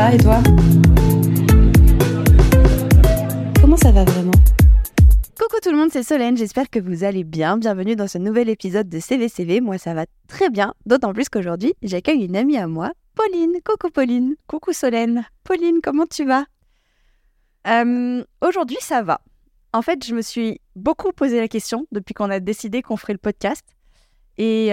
va et toi? Comment ça va vraiment? Coucou tout le monde, c'est Solène, j'espère que vous allez bien. Bienvenue dans ce nouvel épisode de CVCV. Moi ça va très bien, d'autant plus qu'aujourd'hui j'accueille une amie à moi, Pauline. Coucou Pauline. Coucou Solène. Pauline, comment tu vas? Aujourd'hui ça va. En fait, je me suis beaucoup posé la question depuis qu'on a décidé qu'on ferait le podcast. Et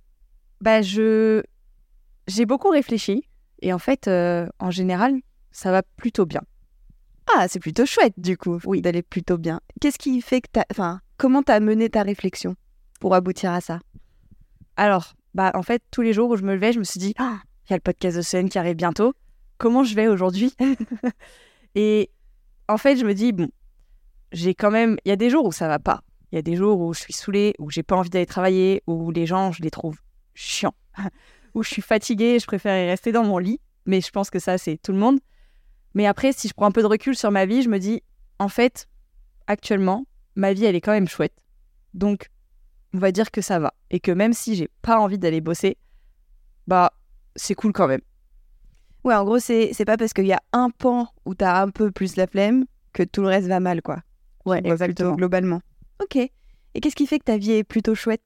j'ai beaucoup réfléchi. Et en fait, en général, ça va plutôt bien. Ah, c'est plutôt chouette du coup, Oui. d'aller plutôt bien. Qu'est-ce qui fait que comment t'as mené ta réflexion pour aboutir à ça? Alors, en fait, tous les jours où je me levais, je me suis dit, il y a le podcast de Solène qui arrive bientôt. Comment je vais aujourd'hui? Et en fait, je me dis, il y a des jours où ça va pas. Il y a des jours où je suis saoulée, où j'ai pas envie d'aller travailler, où les gens, je les trouve chiants, où je suis fatiguée, je préfère rester dans mon lit. Mais je pense que ça, c'est tout le monde. Mais après, si je prends un peu de recul sur ma vie, je me dis, en fait, actuellement, ma vie, elle est quand même chouette. Donc, on va dire que ça va. Et que même si j'ai pas envie d'aller bosser, c'est cool quand même. Ouais, en gros, c'est pas parce qu'il y a un pan où t'as un peu plus la flemme que tout le reste va mal, quoi. Ouais, exactement. Plutôt globalement. Ok. Et qu'est-ce qui fait que ta vie est plutôt chouette?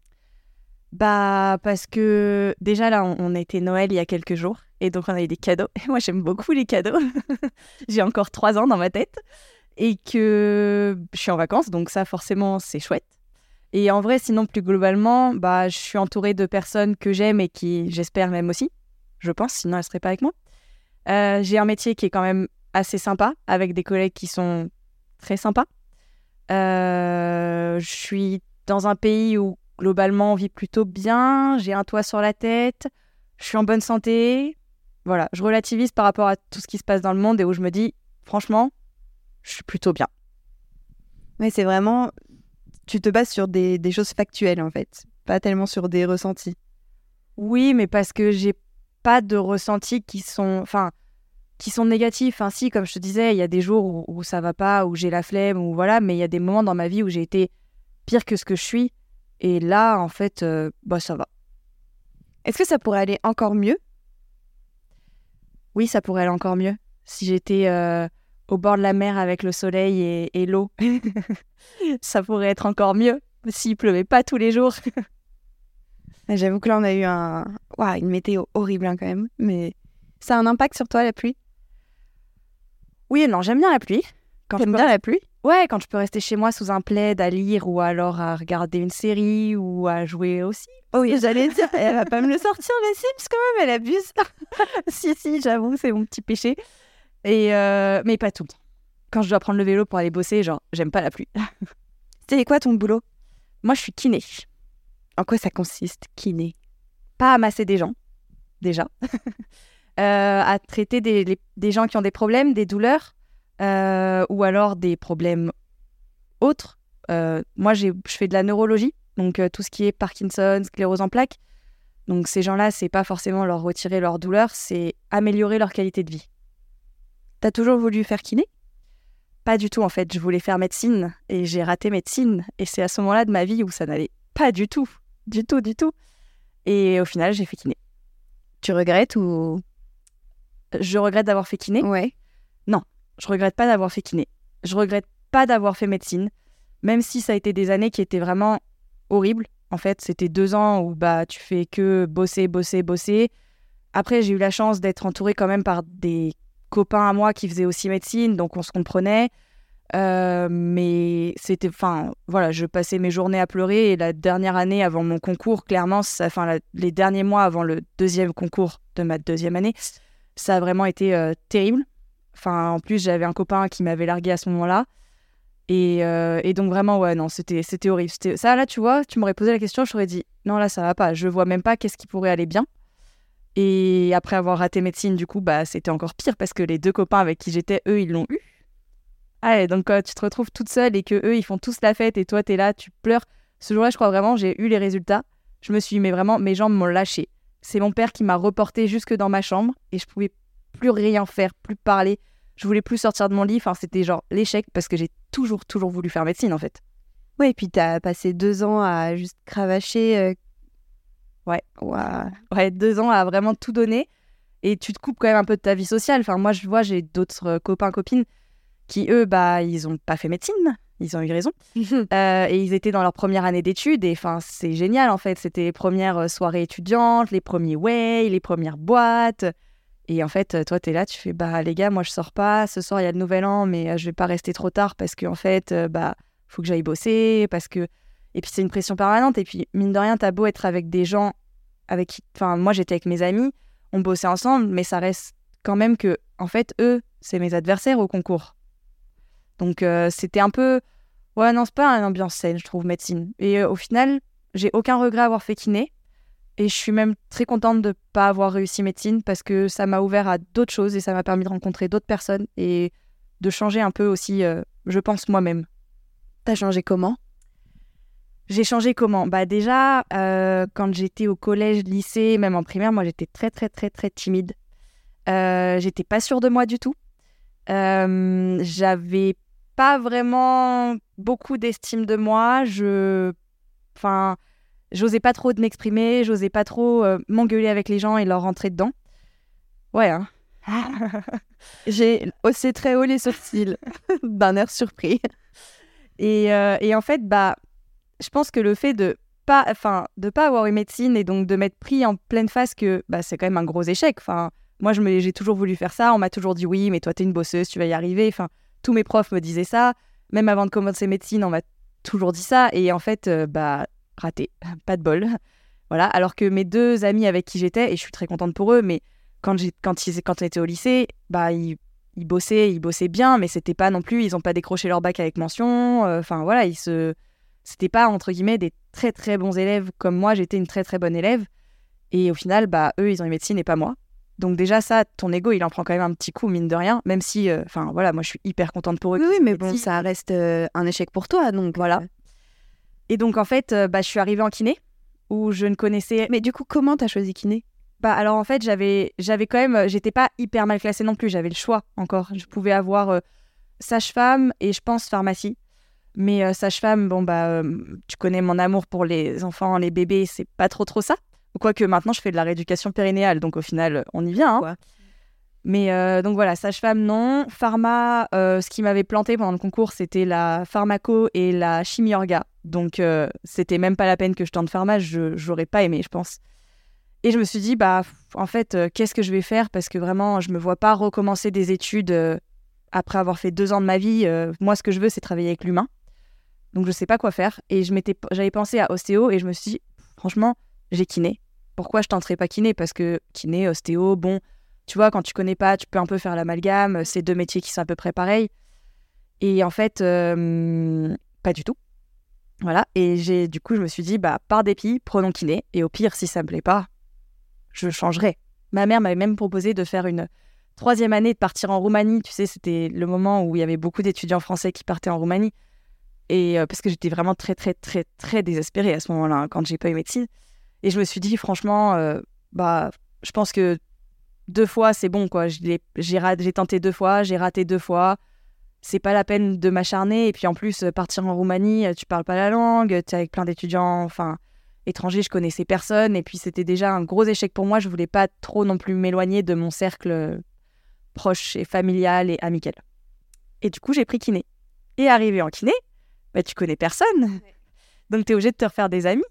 Parce que déjà là, on a été Noël il y a quelques jours. Et donc, on a eu des cadeaux. Et moi, j'aime beaucoup les cadeaux. J'ai encore 3 ans dans ma tête. Et que je suis en vacances. Donc ça, forcément, c'est chouette. Et en vrai, sinon, plus globalement, je suis entourée de personnes que j'aime et qui, j'espère, m'aiment aussi. Je pense, sinon, elles ne seraient pas avec moi. J'ai un métier qui est quand même assez sympa, avec des collègues qui sont très sympas. Je suis dans un pays où, globalement, on vit plutôt bien. J'ai un toit sur la tête. Je suis en bonne santé. Voilà, je relativise par rapport à tout ce qui se passe dans le monde et où je me dis, franchement, je suis plutôt bien. Mais c'est vraiment... Tu te bases sur des choses factuelles, en fait. Pas tellement sur des ressentis. Oui, mais parce que j'ai pas de ressentis qui sont négatifs. Si, comme je te disais, il y a des jours où ça va pas, où j'ai la flemme, ou voilà, mais il y a des moments dans ma vie où j'ai été pire que ce que je suis. Et là, en fait, ça va. Est-ce que ça pourrait aller encore mieux? Oui, ça pourrait aller encore mieux. Si j'étais au bord de la mer avec le soleil et l'eau, ça pourrait être encore mieux. S'il pleuvait pas tous les jours. J'avoue que là, on a eu une météo horrible quand même. Mais ça a un impact sur toi, la pluie? Oui et non, j'aime bien la pluie. T'aimes bien la pluie? Ouais, quand je peux rester chez moi sous un plaid à lire ou alors à regarder une série ou à jouer aussi. Oh oui, j'allais dire, elle va pas me le sortir, les Sims, quand même, elle abuse. Si, j'avoue, c'est mon petit péché. Mais pas tout le temps. Quand je dois prendre le vélo pour aller bosser, j'aime pas la pluie. C'est quoi ton boulot? Moi, je suis kiné. En quoi ça consiste, kiné? Pas amasser des gens, déjà. À traiter des gens qui ont des problèmes, des douleurs, ou alors des problèmes autres. Moi, je fais de la neurologie, donc tout ce qui est Parkinson, sclérose en plaques. Donc ces gens-là, c'est pas forcément leur retirer leur douleur, c'est améliorer leur qualité de vie. T'as toujours voulu faire kiné? Pas du tout, en fait. Je voulais faire médecine et j'ai raté médecine. Et c'est à ce moment-là de ma vie où ça n'allait pas du tout. Du tout. Et au final, j'ai fait kiné. Tu regrettes ou... Je regrette d'avoir fait kiné? Ouais. Non, je regrette pas d'avoir fait kiné. Je regrette pas d'avoir fait médecine, même si ça a été des années qui étaient vraiment horribles. En fait, c'était 2 ans où tu fais que bosser. Après, j'ai eu la chance d'être entourée quand même par des copains à moi qui faisaient aussi médecine, donc on se comprenait. Mais c'était... je passais mes journées à pleurer et la dernière année avant mon concours, clairement, les derniers mois avant le 2e concours de ma 2e année, ça a vraiment été terrible. En plus, j'avais un copain qui m'avait larguée à ce moment-là. Et donc vraiment, ouais, non, c'était horrible. Ça, là, tu vois, tu m'aurais posé la question, je t'aurais dit, non, là, ça va pas. Je vois même pas qu'est-ce qui pourrait aller bien. Et après avoir raté médecine, du coup, c'était encore pire parce que les 2 copains avec qui j'étais, eux, ils l'ont eu. Ah, et donc, quand tu te retrouves toute seule et que eux, ils font tous la fête et toi, t'es là, tu pleures. Ce jour-là, je crois vraiment, j'ai eu les résultats. Je me suis dit, mais vraiment, mes jambes m'ont lâché. C'est mon père qui m'a reportée jusque dans ma chambre et je pouvais plus rien faire, plus parler. Je voulais plus sortir de mon lit. C'était genre l'échec parce que j'ai toujours voulu faire médecine, en fait. Ouais, et puis t'as passé 2 ans à juste cravacher. Ouais. Ouah. Ouais, 2 ans à vraiment tout donner. Et tu te coupes quand même un peu de ta vie sociale. Enfin, moi, je vois, j'ai d'autres copains, copines qui, eux, ils ont pas fait médecine. Ils ont eu raison. Et ils étaient dans leur première année d'études. Et enfin, c'est génial, en fait. C'était les premières soirées étudiantes, les premiers way, les premières boîtes. Et en fait, toi, t'es là, tu fais, les gars, moi, je sors pas. Ce soir, il y a le nouvel an, mais je vais pas rester trop tard parce qu'en fait, faut que j'aille bosser. Et puis, c'est une pression permanente. Et puis, mine de rien, t'as beau être avec des gens avec qui... Enfin, moi, j'étais avec mes amis, on bossait ensemble, mais ça reste quand même que, en fait, eux, c'est mes adversaires au concours. Donc, c'était un peu... Ouais, non, c'est pas une ambiance saine, je trouve, médecine. Et au final, j'ai aucun regret à avoir fait kiné. Et je suis même très contente de ne pas avoir réussi médecine parce que ça m'a ouvert à d'autres choses et ça m'a permis de rencontrer d'autres personnes et de changer un peu aussi, je pense, moi-même. T'as changé comment ? J'ai changé comment ? Déjà, quand j'étais au collège, lycée, même en primaire, moi, j'étais très, très, très, très timide. J'étais pas sûre de moi du tout. J'avais pas vraiment beaucoup d'estime de moi. J'osais pas trop de m'exprimer, j'osais pas trop m'engueuler avec les gens et leur rentrer dedans. Ouais, hein. J'ai haussé très haut les sourcils d'un air surpris. Et en fait, je pense que le fait de pas avoir eu médecine et donc de m'être pris en pleine face que c'est quand même un gros échec. Enfin, moi, j'ai toujours voulu faire ça. On m'a toujours dit oui, mais toi, t'es une bosseuse, tu vas y arriver. Enfin, tous mes profs me disaient ça. Même avant de commencer médecine, on m'a toujours dit ça. Et en fait, raté, pas de bol. Voilà. Alors que mes deux amis avec qui j'étais, et je suis très contente pour eux, mais quand on était au lycée, ils bossaient bien, mais c'était pas non plus, ils ont pas décroché leur bac avec mention. Enfin voilà, c'était pas entre guillemets des très très bons élèves comme moi. J'étais une très très bonne élève. Et au final, eux, ils ont eu médecine et pas moi. Donc déjà ça, ton ego, il en prend quand même un petit coup, mine de rien. Même si, moi, je suis hyper contente pour eux. Oui, mais bon, ça reste un échec pour toi, donc voilà. Et donc en fait, je suis arrivée en kiné où je ne connaissais. Mais du coup, comment t'as choisi kiné ? Alors en fait, j'avais quand même, j'étais pas hyper mal classée non plus. J'avais le choix encore. Je pouvais avoir sage-femme et je pense pharmacie. Mais sage-femme, tu connais mon amour pour les enfants, les bébés, c'est pas trop ça. Quoique maintenant, je fais de la rééducation périnéale, donc au final, on y vient. Hein. Mais donc voilà, sage-femme, non. Pharma, ce qui m'avait planté pendant le concours, c'était la pharmaco et la chimie orga. Donc c'était même pas la peine que je tente pharma, j'aurais pas aimé, je pense. Et je me suis dit, en fait, qu'est-ce que je vais faire ? Parce que vraiment, je me vois pas recommencer des études après avoir fait 2 ans de ma vie. Moi, ce que je veux, c'est travailler avec l'humain. Donc je sais pas quoi faire. Et j'avais pensé à ostéo et je me suis dit, franchement, j'ai kiné. Pourquoi je tenterais pas kiné ? Parce que kiné, ostéo, tu vois, quand tu connais pas, tu peux un peu faire l'amalgame. C'est 2 métiers qui sont à peu près pareils. Et en fait, pas du tout. Voilà. Et du coup, je me suis dit, par dépit, prenons kiné. Et au pire, si ça me plaît pas, je changerai. Ma mère m'avait même proposé de faire une 3e année, de partir en Roumanie. Tu sais, c'était le moment où il y avait beaucoup d'étudiants français qui partaient en Roumanie. Et parce que j'étais vraiment très, très, très, très désespérée à ce moment-là, hein, quand j'ai pas eu médecine. Et je me suis dit, franchement, je pense que 2 fois, c'est bon, quoi. J'ai tenté 2 fois, j'ai raté 2 fois. C'est pas la peine de m'acharner. Et puis en plus, partir en Roumanie, tu parles pas la langue, tu es avec plein d'étudiants étrangers, je connaissais personne. Et puis c'était déjà un gros échec pour moi. Je voulais pas trop non plus m'éloigner de mon cercle proche et familial et amical. Et du coup, j'ai pris kiné. Et arrivé en kiné, tu connais personne. Donc tu es obligé de te refaire des amis.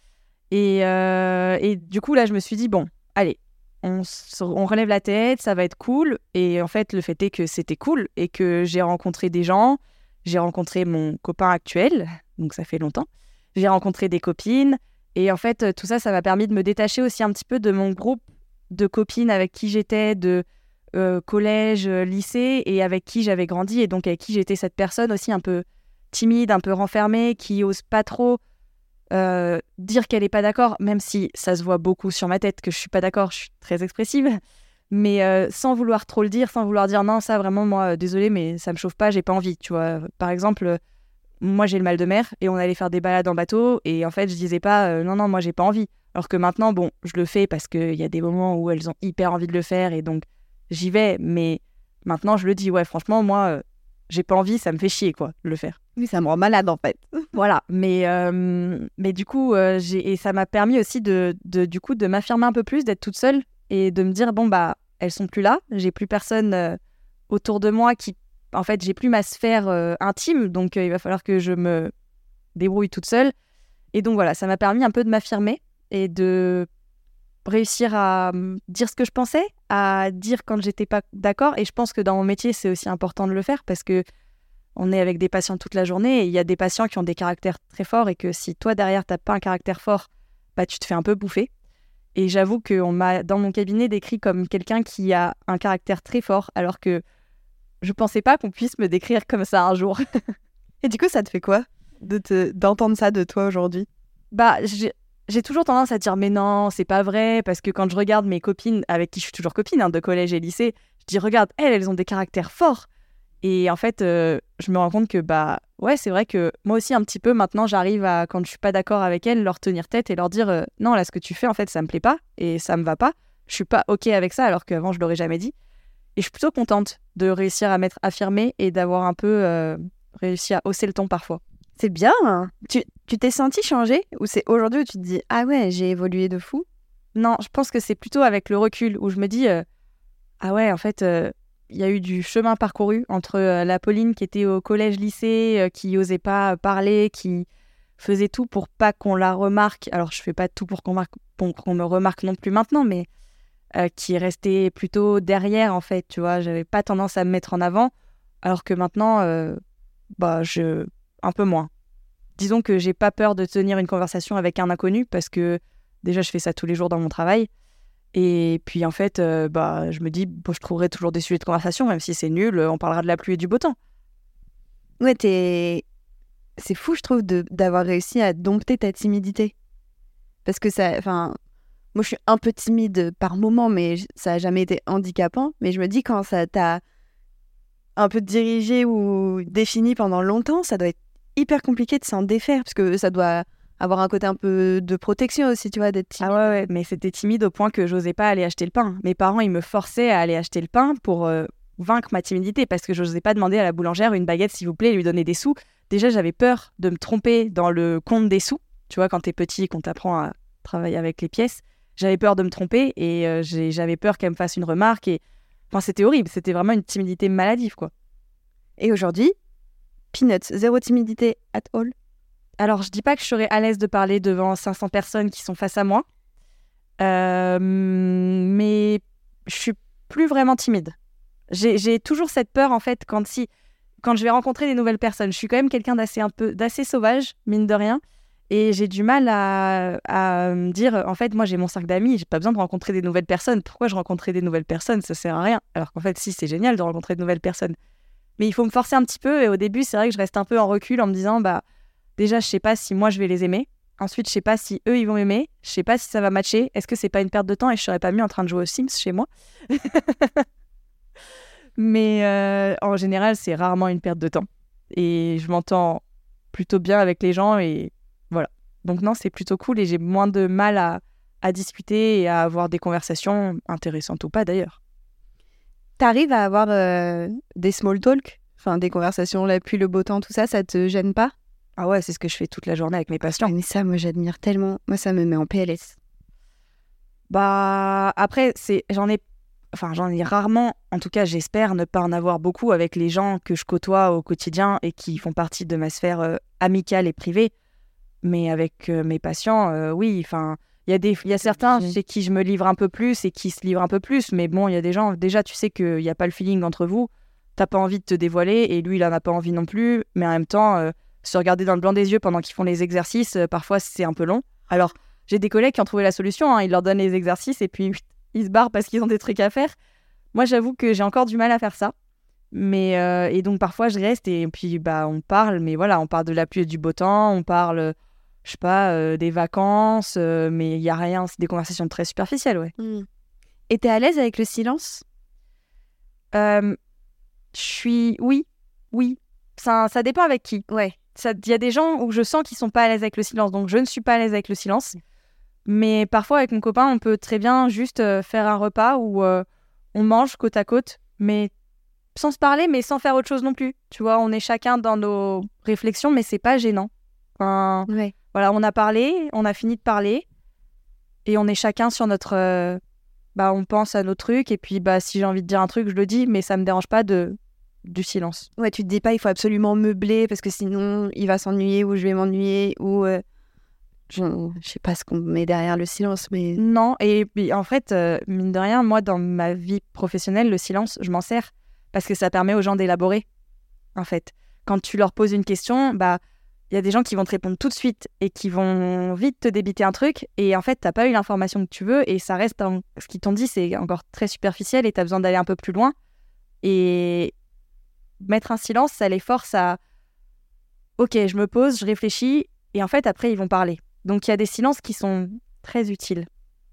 Et du coup, là, je me suis dit, bon, allez, on relève la tête, ça va être cool. Et en fait, le fait est que c'était cool et que j'ai rencontré des gens. J'ai rencontré mon copain actuel, donc ça fait longtemps. J'ai rencontré des copines. Et en fait, tout ça, ça m'a permis de me détacher aussi un petit peu de mon groupe de copines avec qui j'étais de collège, lycée et avec qui j'avais grandi. Et donc, avec qui j'étais cette personne aussi un peu timide, un peu renfermée, qui ose pas trop dire qu'elle est pas d'accord, même si ça se voit beaucoup sur ma tête que je suis pas d'accord, je suis très expressive, mais sans vouloir trop le dire, sans vouloir dire non, ça vraiment, moi, désolée, mais ça me chauffe pas, j'ai pas envie, tu vois. Par exemple, moi j'ai le mal de mer et on allait faire des balades en bateau et en fait je disais pas non, moi j'ai pas envie. Alors que maintenant, bon, je le fais parce qu'il y a des moments où elles ont hyper envie de le faire et donc j'y vais, mais maintenant je le dis, ouais, franchement, moi, j'ai pas envie, ça me fait chier, quoi, de le faire. Oui, ça me rend malade, en fait. Voilà, mais du coup, et ça m'a permis aussi du coup, de m'affirmer un peu plus, d'être toute seule et de me dire, bon, elles sont plus là. J'ai plus personne autour de moi qui... En fait, j'ai plus ma sphère intime, donc il va falloir que je me débrouille toute seule. Et donc voilà, ça m'a permis un peu de m'affirmer et de réussir à dire ce que je pensais, à dire quand j'étais pas d'accord. Et je pense que dans mon métier, c'est aussi important de le faire parce que on est avec des patients toute la journée et il y a des patients qui ont des caractères très forts et que si toi, derrière, t'as pas un caractère fort, bah, tu te fais un peu bouffer. Et j'avoue qu'on m'a, dans mon cabinet, décrit comme quelqu'un qui a un caractère très fort alors que je pensais pas qu'on puisse me décrire comme ça un jour. Et du coup, ça te fait quoi d'entendre ça de toi aujourd'hui? Bah, j'ai toujours tendance à dire mais non, c'est pas vrai, parce que quand je regarde mes copines, avec qui je suis toujours copine, de collège et lycée, je dis regarde, elles ont des caractères forts. Et en fait, je me rends compte que bah ouais, c'est vrai que moi aussi un petit peu maintenant, j'arrive à, quand je suis pas d'accord avec elles, leur tenir tête et leur dire non, là ce que tu fais en fait, ça me plaît pas et ça me va pas. Je suis pas OK avec ça alors qu'avant je l'aurais jamais dit. Et je suis plutôt contente de réussir à m'être affirmée et d'avoir un peu réussi à hausser le ton parfois. C'est bien, hein. Tu t'es sentie changer ou c'est aujourd'hui où tu te dis « Ah ouais, j'ai évolué de fou ». Non, je pense que c'est plutôt avec le recul où je me dis ah ouais, en fait, il y a eu du chemin parcouru entre la Pauline qui était au collège-lycée, qui osait pas parler, qui faisait tout pour pas qu'on la remarque. Alors, je fais pas tout pour qu'on me remarque non plus maintenant, mais qui est restée plutôt derrière, en fait, tu vois. J'avais pas tendance à me mettre en avant, alors que maintenant, un peu moins. Disons que j'ai pas peur de tenir une conversation avec un inconnu parce que déjà je fais ça tous les jours dans mon travail et puis en fait je me dis je trouverai toujours des sujets de conversation même si c'est nul, on parlera de la pluie et du beau temps. Ouais, c'est fou je trouve d'avoir réussi à dompter ta timidité parce que ça, enfin moi je suis un peu timide par moment mais ça a jamais été handicapant, mais je me dis quand ça t'a un peu dirigé ou défini pendant longtemps, ça doit être hyper compliqué de s'en défaire, parce que ça doit avoir un côté un peu de protection aussi, tu vois, d'être timide. Ah ouais, mais c'était timide au point que j'osais pas aller acheter le pain. Mes parents, ils me forçaient à aller acheter le pain pour vaincre ma timidité, parce que j'osais pas demander à la boulangère une baguette, s'il vous plaît, et lui donner des sous. Déjà, j'avais peur de me tromper dans le compte des sous. Tu vois, quand t'es petit, qu'on t'apprend à travailler avec les pièces, j'avais peur de me tromper et j'avais peur qu'elle me fasse une remarque. Et... Enfin, c'était horrible, c'était vraiment une timidité maladive, quoi. Et aujourd'hui, Peanuts, zéro timidité at all? Alors, je dis pas que je serais à l'aise de parler devant 500 personnes qui sont face à moi, mais je suis plus vraiment timide. J'ai toujours cette peur, en fait, quand je vais rencontrer des nouvelles personnes. Je suis quand même quelqu'un d'assez sauvage, mine de rien, et j'ai du mal à me dire, en fait, moi, j'ai mon cercle d'amis, j'ai pas besoin de rencontrer des nouvelles personnes. Pourquoi je rencontrerais des nouvelles personnes? Ça sert à rien. Alors qu'en fait, si, c'est génial de rencontrer de nouvelles personnes. Mais il faut me forcer un petit peu, et au début, c'est vrai que je reste un peu en recul en me disant, déjà, je sais pas si moi, je vais les aimer. Ensuite, je sais pas si eux, ils vont m'aimer. Je sais pas si ça va matcher. Est-ce que c'est pas une perte de temps et je serais pas mieux en train de jouer aux Sims chez moi? Mais en général, c'est rarement une perte de temps. Et je m'entends plutôt bien avec les gens et voilà. Donc non, c'est plutôt cool et j'ai moins de mal à discuter et à avoir des conversations intéressantes ou pas d'ailleurs. T'arrives à avoir des small talk, enfin des conversations, la pluie, le beau temps, tout ça, ça te gêne pas? Ah ouais, c'est ce que je fais toute la journée avec mes patients. Mais ça, moi, j'admire tellement. Moi, ça me met en PLS. Après, j'en ai rarement, en tout cas, j'espère ne pas en avoir beaucoup avec les gens que je côtoie au quotidien et qui font partie de ma sphère amicale et privée. Mais avec mes patients, oui, enfin, il y a certains chez qui je me livre un peu plus et qui se livrent un peu plus. Mais bon, il y a des gens, déjà, tu sais qu'il n'y a pas le feeling entre vous. T'as pas envie de te dévoiler et lui, il en a pas envie non plus. Mais en même temps, se regarder dans le blanc des yeux pendant qu'ils font les exercices, parfois, c'est un peu long. Alors, j'ai des collègues qui ont trouvé la solution. Ils leur donnent les exercices et puis ils se barrent parce qu'ils ont des trucs à faire. Moi, j'avoue que j'ai encore du mal à faire ça. Mais, et donc, parfois, je reste et puis on parle. Mais voilà, on parle de la pluie et du beau temps. On parle, je sais pas, des vacances. Mais il n'y a rien. C'est des conversations très superficielles, ouais. Et t'es à l'aise avec le silence? Oui. Ça dépend avec qui. Ouais. Il y a des gens où je sens qu'ils sont pas à l'aise avec le silence. Donc, je ne suis pas à l'aise avec le silence. Mais parfois, avec mon copain, on peut très bien juste faire un repas où on mange côte à côte, mais sans se parler, mais sans faire autre chose non plus. Tu vois, on est chacun dans nos réflexions, mais c'est pas gênant. Enfin, ouais. Voilà, on a parlé, on a fini de parler, et on est chacun sur notre on pense à nos trucs. Et puis, si j'ai envie de dire un truc, je le dis. Mais ça me dérange pas du silence. Ouais, tu te dis pas, il faut absolument meubler parce que sinon, il va s'ennuyer ou je vais m'ennuyer ou... je sais pas ce qu'on met derrière le silence, mais... Non, et puis en fait, mine de rien, moi, dans ma vie professionnelle, le silence, je m'en sers parce que ça permet aux gens d'élaborer, en fait. Quand tu leur poses une question, il y a des gens qui vont te répondre tout de suite et qui vont vite te débiter un truc et en fait, t'as pas eu l'information que tu veux et ça reste... Ce qu'ils t'ont dit, c'est encore très superficiel et t'as besoin d'aller un peu plus loin. Et mettre un silence, ça les force à... Ok, je me pose, je réfléchis et en fait, après, ils vont parler. Donc, il y a des silences qui sont très utiles.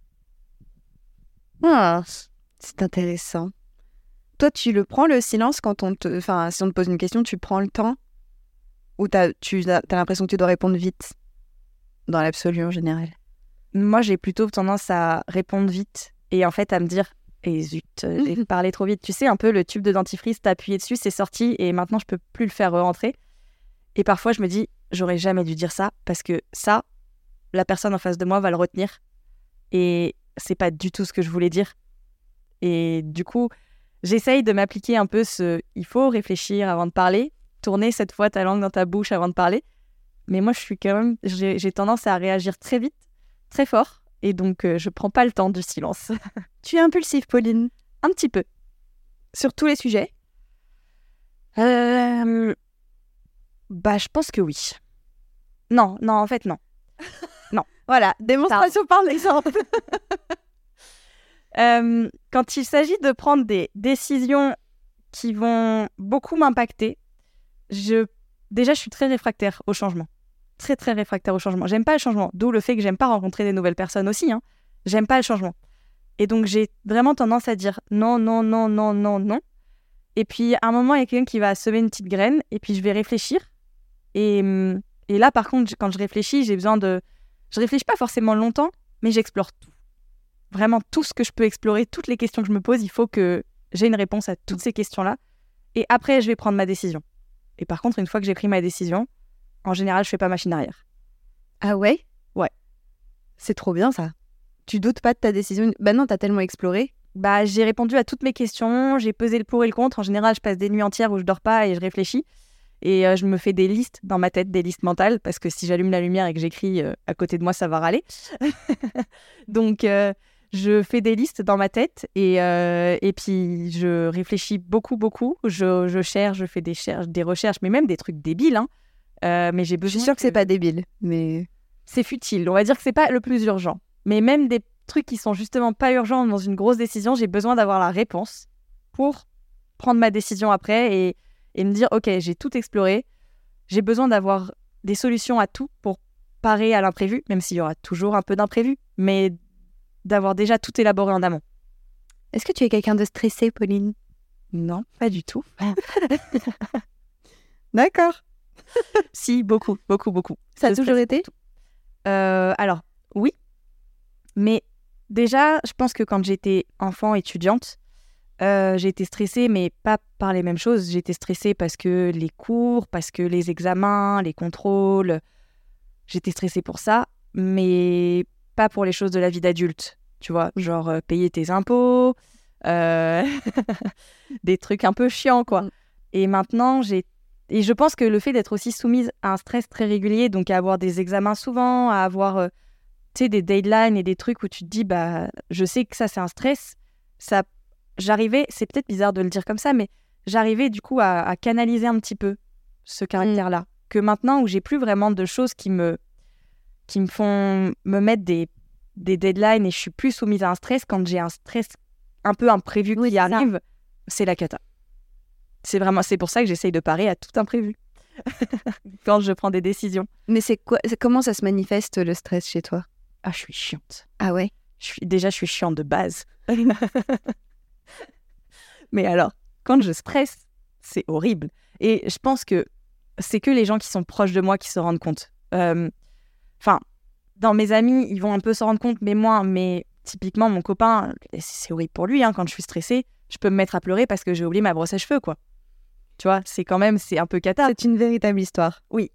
Ah, c'est intéressant. Toi, tu le prends, le silence, quand si on te pose une question, tu prends le temps? Ou t'as l'impression que tu dois répondre vite? Dans l'absolu, en général. Moi, j'ai plutôt tendance à répondre vite et en fait, à me dire « Eh zut, j'ai parlé trop vite ». Tu sais, un peu le tube de dentifrice, t'as appuyé dessus, c'est sorti et maintenant, je peux plus le faire re-rentrer. Et parfois, je me dis « J'aurais jamais dû dire ça parce que ça... » la personne en face de moi va le retenir. Et c'est pas du tout ce que je voulais dire. Et du coup, j'essaye de m'appliquer un peu il faut réfléchir avant de parler, tourner cette fois ta langue dans ta bouche avant de parler. Mais moi, j'ai tendance à réagir très vite, très fort. Et donc, je prends pas le temps du silence. Tu es impulsive, Pauline? Un petit peu. Sur tous les sujets? Je pense que oui. Non, en fait, non. Non. Voilà, démonstration par l'exemple. Quand il s'agit de prendre des décisions qui vont beaucoup m'impacter, déjà, je suis très réfractaire au changement. Très, très réfractaire au changement. J'aime pas le changement, d'où le fait que j'aime pas rencontrer des nouvelles personnes aussi. J'aime pas le changement. Et donc, j'ai vraiment tendance à dire non, non, non, non, non, non. Et puis, à un moment, il y a quelqu'un qui va semer une petite graine, et puis je vais réfléchir. Et là, par contre, quand je réfléchis, j'ai besoin de... Je réfléchis pas forcément longtemps, mais j'explore tout. Vraiment tout ce que je peux explorer, toutes les questions que je me pose, il faut que j'ai une réponse à toutes ces questions-là. Et après, je vais prendre ma décision. Et par contre, une fois que j'ai pris ma décision, en général, je fais pas machine arrière. Ah ouais? Ouais. C'est trop bien, ça. Tu doutes pas de ta décision? Bah non, t'as tellement exploré. J'ai répondu à toutes mes questions, j'ai pesé le pour et le contre. En général, je passe des nuits entières où je dors pas et je réfléchis. Et je me fais des listes dans ma tête, des listes mentales, parce que si j'allume la lumière et que j'écris à côté de moi, ça va râler. Donc, je fais des listes dans ma tête et puis je réfléchis beaucoup, beaucoup. Je cherche, je fais des recherches, mais même des trucs débiles. Mais j'ai besoin. Je suis sûre que c'est pas débile, mais... C'est futile. On va dire que c'est pas le plus urgent. Mais même des trucs qui sont justement pas urgents dans une grosse décision, j'ai besoin d'avoir la réponse pour prendre ma décision après et me dire, ok, j'ai tout exploré, j'ai besoin d'avoir des solutions à tout pour parer à l'imprévu, même s'il y aura toujours un peu d'imprévu, mais d'avoir déjà tout élaboré en amont. Est-ce que tu es quelqu'un de stressé, Pauline? Non, pas du tout. D'accord. Si, beaucoup, beaucoup, beaucoup. Ça a toujours été? Alors, oui, mais déjà, je pense que quand j'étais enfant, étudiante, j'ai été stressée, mais pas par les mêmes choses. J'ai été stressée parce que les cours, parce que les examens, les contrôles, j'étais stressée pour ça, mais pas pour les choses de la vie d'adulte, tu vois, genre payer tes impôts, des trucs un peu chiants, quoi. Et maintenant, et je pense que le fait d'être aussi soumise à un stress très régulier, donc à avoir des examens souvent, à avoir des deadlines et des trucs où tu te dis, je sais que ça, c'est un stress, j'arrivais, c'est peut-être bizarre de le dire comme ça, mais j'arrivais du coup à canaliser un petit peu ce caractère-là. Que maintenant, où j'ai plus vraiment de choses qui me font me mettre des deadlines et je suis plus soumise à un stress, quand j'ai un stress un peu imprévu qui arrive, c'est la cata. C'est pour ça que j'essaye de parer à tout imprévu quand je prends des décisions. Mais comment ça se manifeste, le stress, chez toi? Ah, je suis chiante. Ah ouais? Je suis chiante de base. Mais alors, quand je stresse, c'est horrible. Et je pense que c'est que les gens qui sont proches de moi qui se rendent compte. Dans mes amis, ils vont un peu se rendre compte, mais moins. Mais typiquement, mon copain, c'est horrible pour lui. Quand je suis stressée, je peux me mettre à pleurer parce que j'ai oublié ma brosse à cheveux, quoi. Tu vois, c'est un peu cata. C'est une véritable histoire. Oui.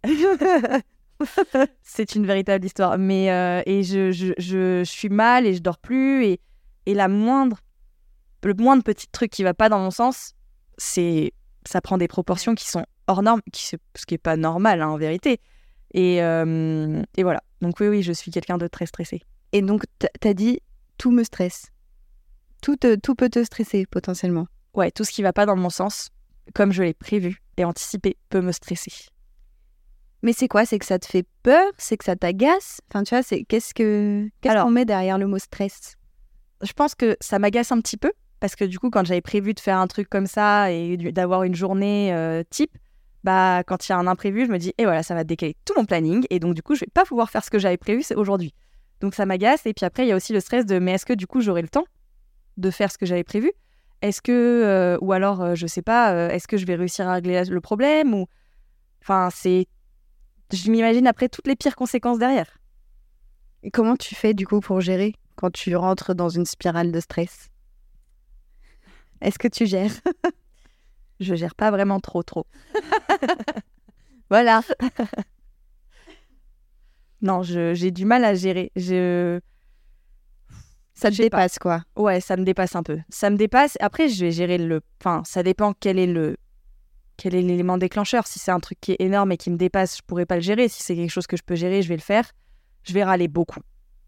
C'est une véritable histoire. Mais et je suis mal et je dors plus. Et le moindre petit truc qui va pas dans mon sens, ça prend des proportions qui sont hors normes, ce qui est pas normal en vérité. Et voilà. Donc oui, je suis quelqu'un de très stressé. Et donc, t'as dit, tout me stresse. Tout peut te stresser, potentiellement. Ouais, tout ce qui va pas dans mon sens, comme je l'ai prévu et anticipé, peut me stresser. Mais c'est quoi? C'est que ça te fait peur? C'est que ça t'agace? Enfin, tu vois, qu'est-ce qu'on met derrière le mot stress? Je pense que ça m'agace un petit peu, parce que du coup, quand j'avais prévu de faire un truc comme ça et d'avoir une journée type, bah, quand il y a un imprévu, je me dis, et voilà, ça va décaler tout mon planning, et donc du coup, je vais pas pouvoir faire ce que j'avais prévu aujourd'hui. Donc ça m'agace, et puis après, il y a aussi le stress de, mais est-ce que du coup, j'aurai le temps de faire ce que j'avais prévu? Est-ce que, ou alors, je sais pas, est-ce que je vais réussir à régler le problème? Ou... Enfin, je m'imagine après toutes les pires conséquences derrière. Et comment tu fais du coup pour gérer quand tu rentres dans une spirale de stress? Est-ce que tu gères? Je gère pas vraiment trop. Voilà. Non, j'ai du mal à gérer. Ça te dépasse, quoi. Ouais, ça me dépasse un peu. Ça me dépasse. Après, je vais gérer Enfin, ça dépend quel est l'élément déclencheur. Si c'est un truc qui est énorme et qui me dépasse, je pourrais pas le gérer. Si c'est quelque chose que je peux gérer, je vais le faire. Je vais râler beaucoup.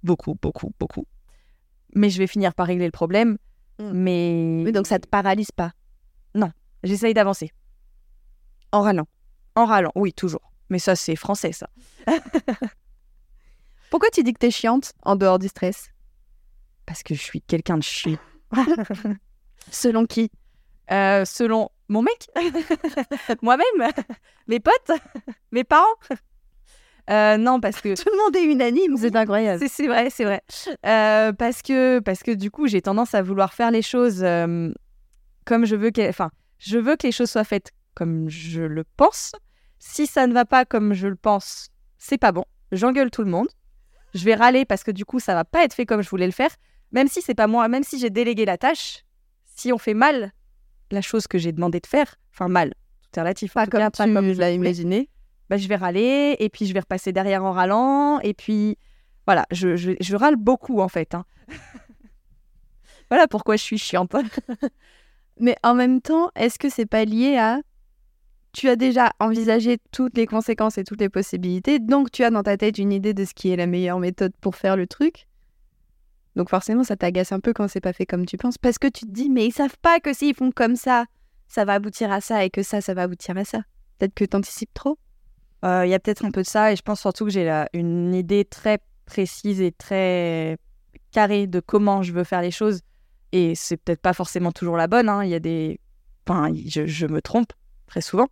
Mais je vais finir par régler le problème. Mais donc ça te paralyse pas? Non, j'essaye d'avancer. En râlant? En râlant, oui, toujours. Mais ça, c'est français, ça. Pourquoi tu dis que t'es chiante en dehors du stress? Parce que je suis quelqu'un de chiant. Selon qui? Selon mon mec, moi-même, mes potes, mes parents. Non, parce que... Tout le monde est unanime, c'est incroyable. C'est vrai. Parce que du coup, j'ai tendance à vouloir faire les choses comme je veux je veux que les choses soient faites comme je le pense. Si ça ne va pas comme je le pense, c'est pas bon. J'engueule tout le monde. Je vais râler parce que du coup, ça va pas être fait comme je voulais le faire. Même si c'est pas moi, même si j'ai délégué la tâche, si on fait mal la chose que j'ai demandé de faire, enfin mal, tout est relatif. Pas comme tu l'as imaginé. Bah, je vais râler et puis je vais repasser derrière en râlant et puis voilà, je râle beaucoup en fait. Hein. Voilà pourquoi je suis chiante. Mais en même temps, est-ce que c'est pas lié à... Tu as déjà envisagé toutes les conséquences et toutes les possibilités, donc tu as dans ta tête une idée de ce qui est la meilleure méthode pour faire le truc. Donc forcément, ça t'agace un peu quand c'est pas fait comme tu penses, parce que tu te dis, mais ils savent pas que s'ils font comme ça va aboutir à ça, et que ça va aboutir à ça. Peut-être que t'anticipes trop. Y a peut-être un peu de ça, et je pense surtout que j'ai une idée très précise et très carrée de comment je veux faire les choses, et c'est peut-être pas forcément toujours la bonne. Hein. Il y a des... Enfin, je me trompe très souvent.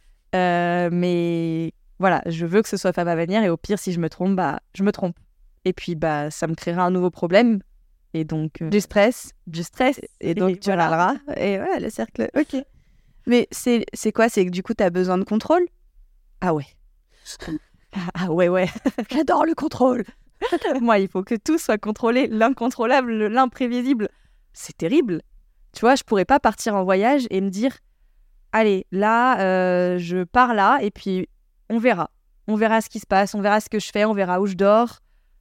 Mais voilà, je veux que ce soit fait à ma manière, et au pire, si je me trompe, bah, je me trompe. Et puis, bah, ça me créera un nouveau problème. Et donc... Du stress. Et donc, tu râleras. Et voilà, le cercle. Ok. Mais c'est quoi? C'est que du coup, tu as besoin de contrôle? Ah ouais. Ah ouais. J'adore le contrôle. Moi, il faut que tout soit contrôlé. L'incontrôlable, l'imprévisible. C'est terrible. Tu vois, je pourrais pas partir en voyage et me dire... Allez, là, je pars là, et puis on verra. On verra ce qui se passe, on verra ce que je fais, on verra où je dors.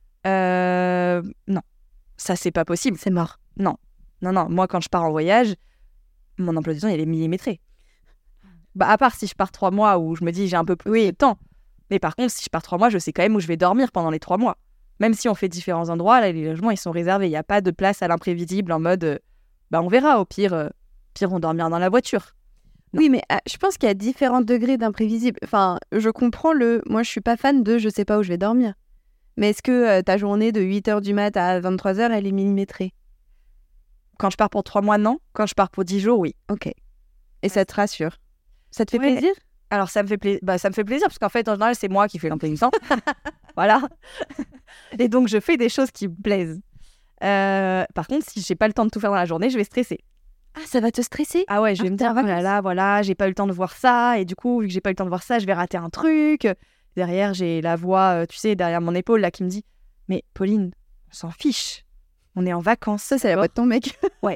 Non, ça, c'est pas possible. C'est mort. Non. Moi, quand je pars en voyage, mon emploi du temps, il est millimétré. Bah, à part si je pars 3 mois où je me dis j'ai un peu plus de temps. Mais par contre, si je pars 3 mois, je sais quand même où je vais dormir pendant les 3 mois. Même si on fait différents endroits, là, les logements, ils sont réservés. Il n'y a pas de place à l'imprévisible en mode, bah, on verra. Au pire, on dormira dans la voiture. Non. Oui, mais je pense qu'il y a différents degrés d'imprévisible. Enfin, je comprends moi, je suis pas fan de je sais pas où je vais dormir. Mais est-ce que ta journée de 8h du mat à 23h, elle est millimétrée? Quand je pars pour 3 mois, non. Quand je pars pour 10 jours, oui. Ok. Et ça te rassure? Ça te fait plaisir? Alors, ça me fait plaisir. Bah, ça me fait plaisir parce qu'en fait, en général, c'est moi qui fais l'imprévisant. Voilà. Et donc, je fais des choses qui me plaisent. Par contre, si j'ai pas le temps de tout faire dans la journée, je vais stresser. Ah, ça va te stresser? Ah ouais, je vais me dire, oh là là, voilà, j'ai pas eu le temps de voir ça. Et du coup, vu que j'ai pas eu le temps de voir ça, je vais rater un truc. Derrière, j'ai la voix, tu sais, derrière mon épaule, là, qui me dit, mais Pauline, on s'en fiche. On est en vacances. Ça, c'est la voix de ton mec. Ouais.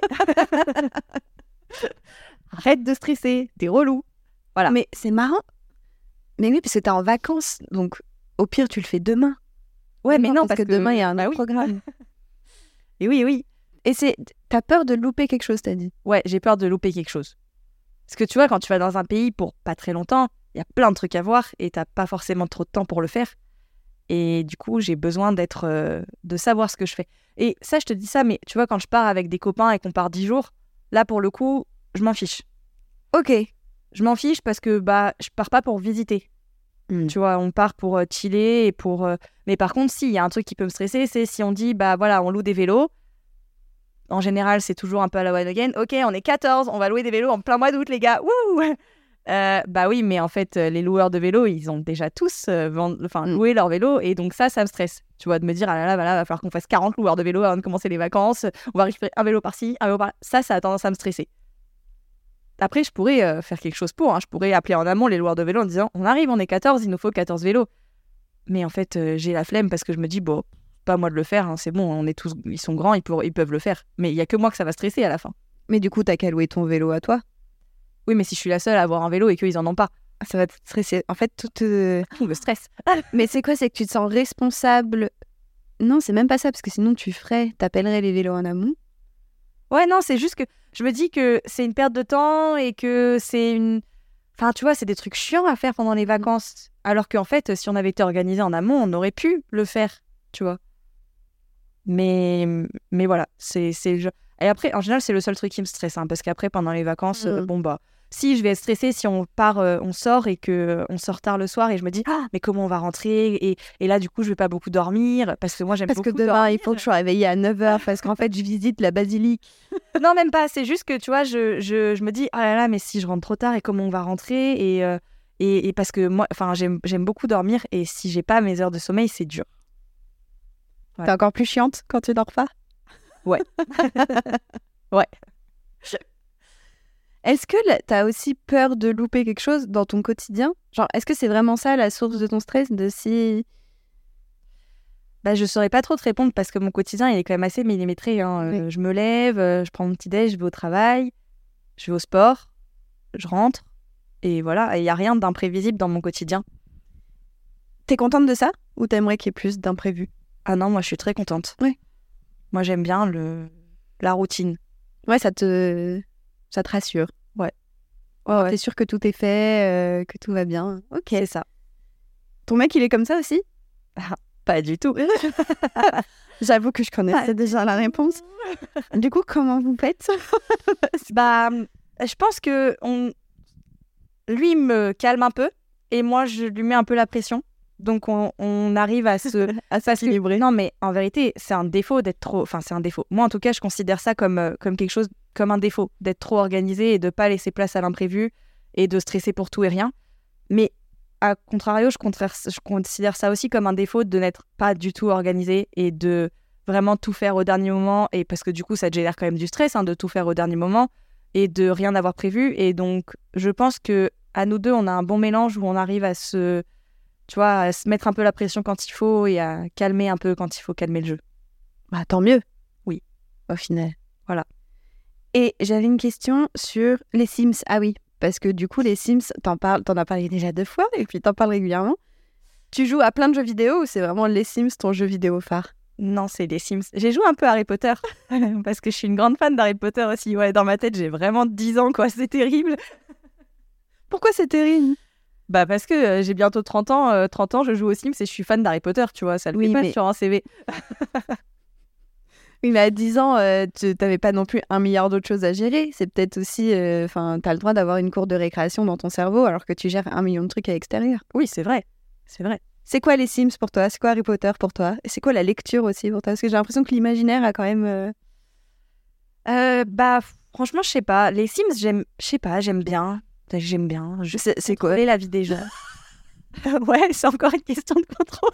Arrête de stresser, t'es relou. Voilà. Mais c'est marrant. Mais oui, parce que t'es en vacances. Donc, au pire, tu le fais demain. Ouais, mais non, parce que demain, il y a un autre programme. Et oui. Et t'as peur de louper quelque chose, t'as dit? Ouais, j'ai peur de louper quelque chose. Parce que tu vois, quand tu vas dans un pays pour pas très longtemps, il y a plein de trucs à voir et t'as pas forcément trop de temps pour le faire. Et du coup, j'ai besoin de savoir ce que je fais. Et ça, je te dis ça, mais tu vois, quand je pars avec des copains et qu'on part 10 jours, là, pour le coup, je m'en fiche. Ok. Je m'en fiche parce que je pars pas pour visiter. Tu vois, on part pour chiller et pour... Mais par contre, si, il y a un truc qui peut me stresser, c'est si on dit, voilà, on loue des vélos. En général, c'est toujours un peu à la one again. Ok, on est 14, on va louer des vélos en plein mois d'août, les gars. Wouh oui, mais en fait, les loueurs de vélos, ils ont déjà tous loué leur vélo. Et donc ça me stresse. Tu vois, de me dire, ah là là, va falloir qu'on fasse 40 loueurs de vélos avant de commencer les vacances. On va récupérer un vélo par-ci, un vélo par-là. Ça a tendance à me stresser. Après, je pourrais faire quelque chose pour. Je pourrais appeler en amont les loueurs de vélos en disant, on arrive, on est 14, il nous faut 14 vélos. Mais en fait, j'ai la flemme parce que je me dis, pas moi de le faire, c'est bon, on est tous, ils sont grands, ils peuvent le faire. Mais il y a que moi que ça va stresser à la fin. Mais du coup, t'as qu'à louer ton vélo à toi. Oui, mais si je suis la seule à avoir un vélo et qu'eux, ils en ont pas. Ça va te stresser. En fait, tout me stresse. Mais c'est quoi? C'est que tu te sens responsable. Non, c'est même pas ça, parce que sinon t'appellerais les vélos en amont. Ouais, non, c'est juste que je me dis que c'est une perte de temps et que c'est une... Enfin, tu vois, c'est des trucs chiants à faire pendant les vacances. Alors qu'en fait, si on avait été organisé en amont, on aurait pu le faire, tu vois. Mais voilà, c'est le jeu. Et après, en général, c'est le seul truc qui me stresse, parce qu'après, pendant les vacances, si je vais être stressée, si on part, on sort et qu'on sort tard le soir et je me dis, mais comment on va rentrer et là, du coup, je vais pas beaucoup dormir parce que moi, j'aime beaucoup dormir. Parce que demain, il faut que je sois réveillée à 9h parce qu'en fait, je visite la basilique. Non, même pas. C'est juste que, tu vois, je me dis, ah là là, mais si je rentre trop tard et comment on va rentrer et parce que moi, j'aime beaucoup dormir et si j'ai pas mes heures de sommeil, c'est dur. Ouais. T'es encore plus chiante quand tu dors pas? Ouais. Ouais. Est-ce que t'as aussi peur de louper quelque chose dans ton quotidien? Genre, est-ce que c'est vraiment ça la source de ton stress, de si... Je saurais pas trop te répondre parce que mon quotidien, il est quand même assez millimétré. Oui. Je me lève, je prends mon petit déj, je vais au travail, je vais au sport, je rentre et voilà. Il y a rien d'imprévisible dans mon quotidien. T'es contente de ça ou t'aimerais qu'il y ait plus d'imprévus? Ah non, moi je suis très contente. Oui. Moi j'aime bien la routine. Ouais, ça te rassure. Ouais. T'es sûre que tout est fait, que tout va bien. Ok. C'est ça. Ton mec, il est comme ça aussi? Pas du tout. J'avoue que je connaissais déjà la réponse. Du coup, comment vous faites? Je pense que lui me calme un peu et moi je lui mets un peu la pression. Donc on arrive à s'équilibrer. Non, mais en vérité, c'est un défaut d'être trop... Enfin, c'est un défaut. Moi, en tout cas, je considère ça comme quelque chose, comme un défaut, d'être trop organisé et de pas laisser place à l'imprévu et de stresser pour tout et rien. Mais à contrario, je considère ça aussi comme un défaut de n'être pas du tout organisé et de vraiment tout faire au dernier moment. Et parce que du coup, ça te génère quand même du stress de tout faire au dernier moment et de rien avoir prévu. Et donc, je pense que à nous deux, on a un bon mélange où on arrive à se mettre un peu la pression quand il faut et à calmer un peu quand il faut calmer le jeu. Tant mieux. Oui. Au final. Voilà. Et j'avais une question sur les Sims. Ah oui, parce que du coup, les Sims, t'en as parlé déjà 2 fois et puis t'en parles régulièrement. Tu joues à plein de jeux vidéo ou c'est vraiment les Sims ton jeu vidéo phare? Non, c'est les Sims. J'ai joué un peu à Harry Potter parce que je suis une grande fan d'Harry Potter aussi. Ouais, dans ma tête, j'ai vraiment 10 ans, quoi. C'est terrible. Pourquoi c'est terrible? Parce que j'ai bientôt 30 ans. 30 ans, je joue aux Sims et je suis fan d'Harry Potter, tu vois. Ça le fait pas sur un CV. Oui, mais à 10 ans, tu n'avais pas non plus 1 milliard d'autres choses à gérer. C'est peut-être aussi... tu as le droit d'avoir une cour de récréation dans ton cerveau alors que tu gères 1 million de trucs à l'extérieur. Oui, c'est vrai. C'est vrai. C'est quoi les Sims pour toi? C'est quoi Harry Potter pour toi? Et c'est quoi la lecture aussi pour toi? Parce que j'ai l'impression que l'imaginaire a quand même... Franchement, je sais pas. Les Sims, j'aime bien. J'aime bien. C'est quoi la vie des gens. Ouais, c'est encore une question de contrôle.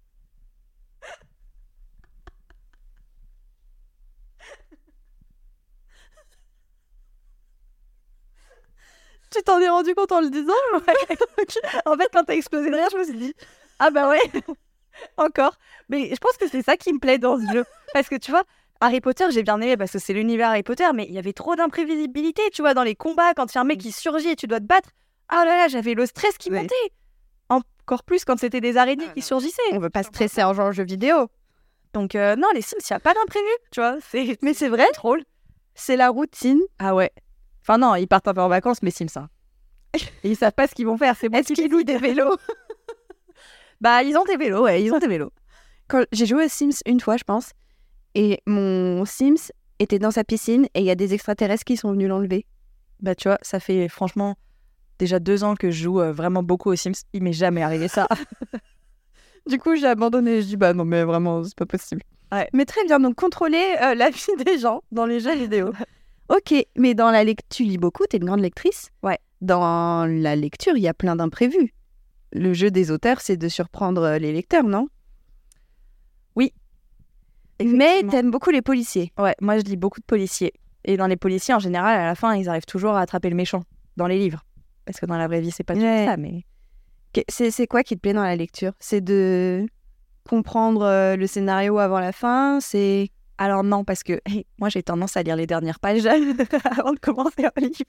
Tu t'en es rendu compte en le disant? Ouais. En fait, quand t'as explosé de rire, je me suis dit, ah bah ouais, encore. Mais je pense que c'est ça qui me plaît dans ce jeu. Parce que tu vois, Harry Potter, j'ai bien aimé parce que c'est l'univers Harry Potter, mais il y avait trop d'imprévisibilité, tu vois, dans les combats, quand il y a un mec qui surgit et tu dois te battre. Ah là là, j'avais le stress qui montait. Encore plus quand c'était des araignées qui surgissaient. On veut pas stresser en jouant aux jeux vidéo. Donc, non, les Sims, il n'y a pas d'imprévu, tu vois. Mais c'est vrai, drôle. c'est la routine. Ah ouais. Enfin, non, ils partent un peu en vacances, mes Sims, hein. Et ils savent pas ce qu'ils vont faire. C'est moi Est-ce qui qu'ils les louent dis. des vélos? Bah, ils ont des vélos, ouais, ils ont des vélos. Quand j'ai joué aux Sims une fois, je pense, et mon Sims était dans sa piscine et il y a des extraterrestres qui sont venus l'enlever. Bah, tu vois, ça fait franchement déjà 2 ans que je joue vraiment beaucoup aux Sims. Il m'est jamais arrivé ça. Du coup, j'ai abandonné. Je dis, bah non, mais vraiment, c'est pas possible. Ouais. Mais très bien, donc contrôler la vie des gens dans les jeux vidéo. Ok, mais dans la lecture, tu lis beaucoup, t'es une grande lectrice. Ouais. Dans la lecture, il y a plein d'imprévus. Le jeu des auteurs, c'est de surprendre les lecteurs, non? Oui. Mais Effectivement. t'aimes beaucoup les policiers. Ouais, moi je lis beaucoup de policiers. Et dans les policiers, en général, à la fin, ils arrivent toujours à attraper le méchant dans les livres. Parce que dans la vraie vie, c'est pas toujours Ouais. ça, mais... C'est quoi qui te plaît dans la lecture? C'est de comprendre le scénario avant la fin? C'est... Alors non, parce que moi j'ai tendance à lire les dernières pages avant de commencer un livre.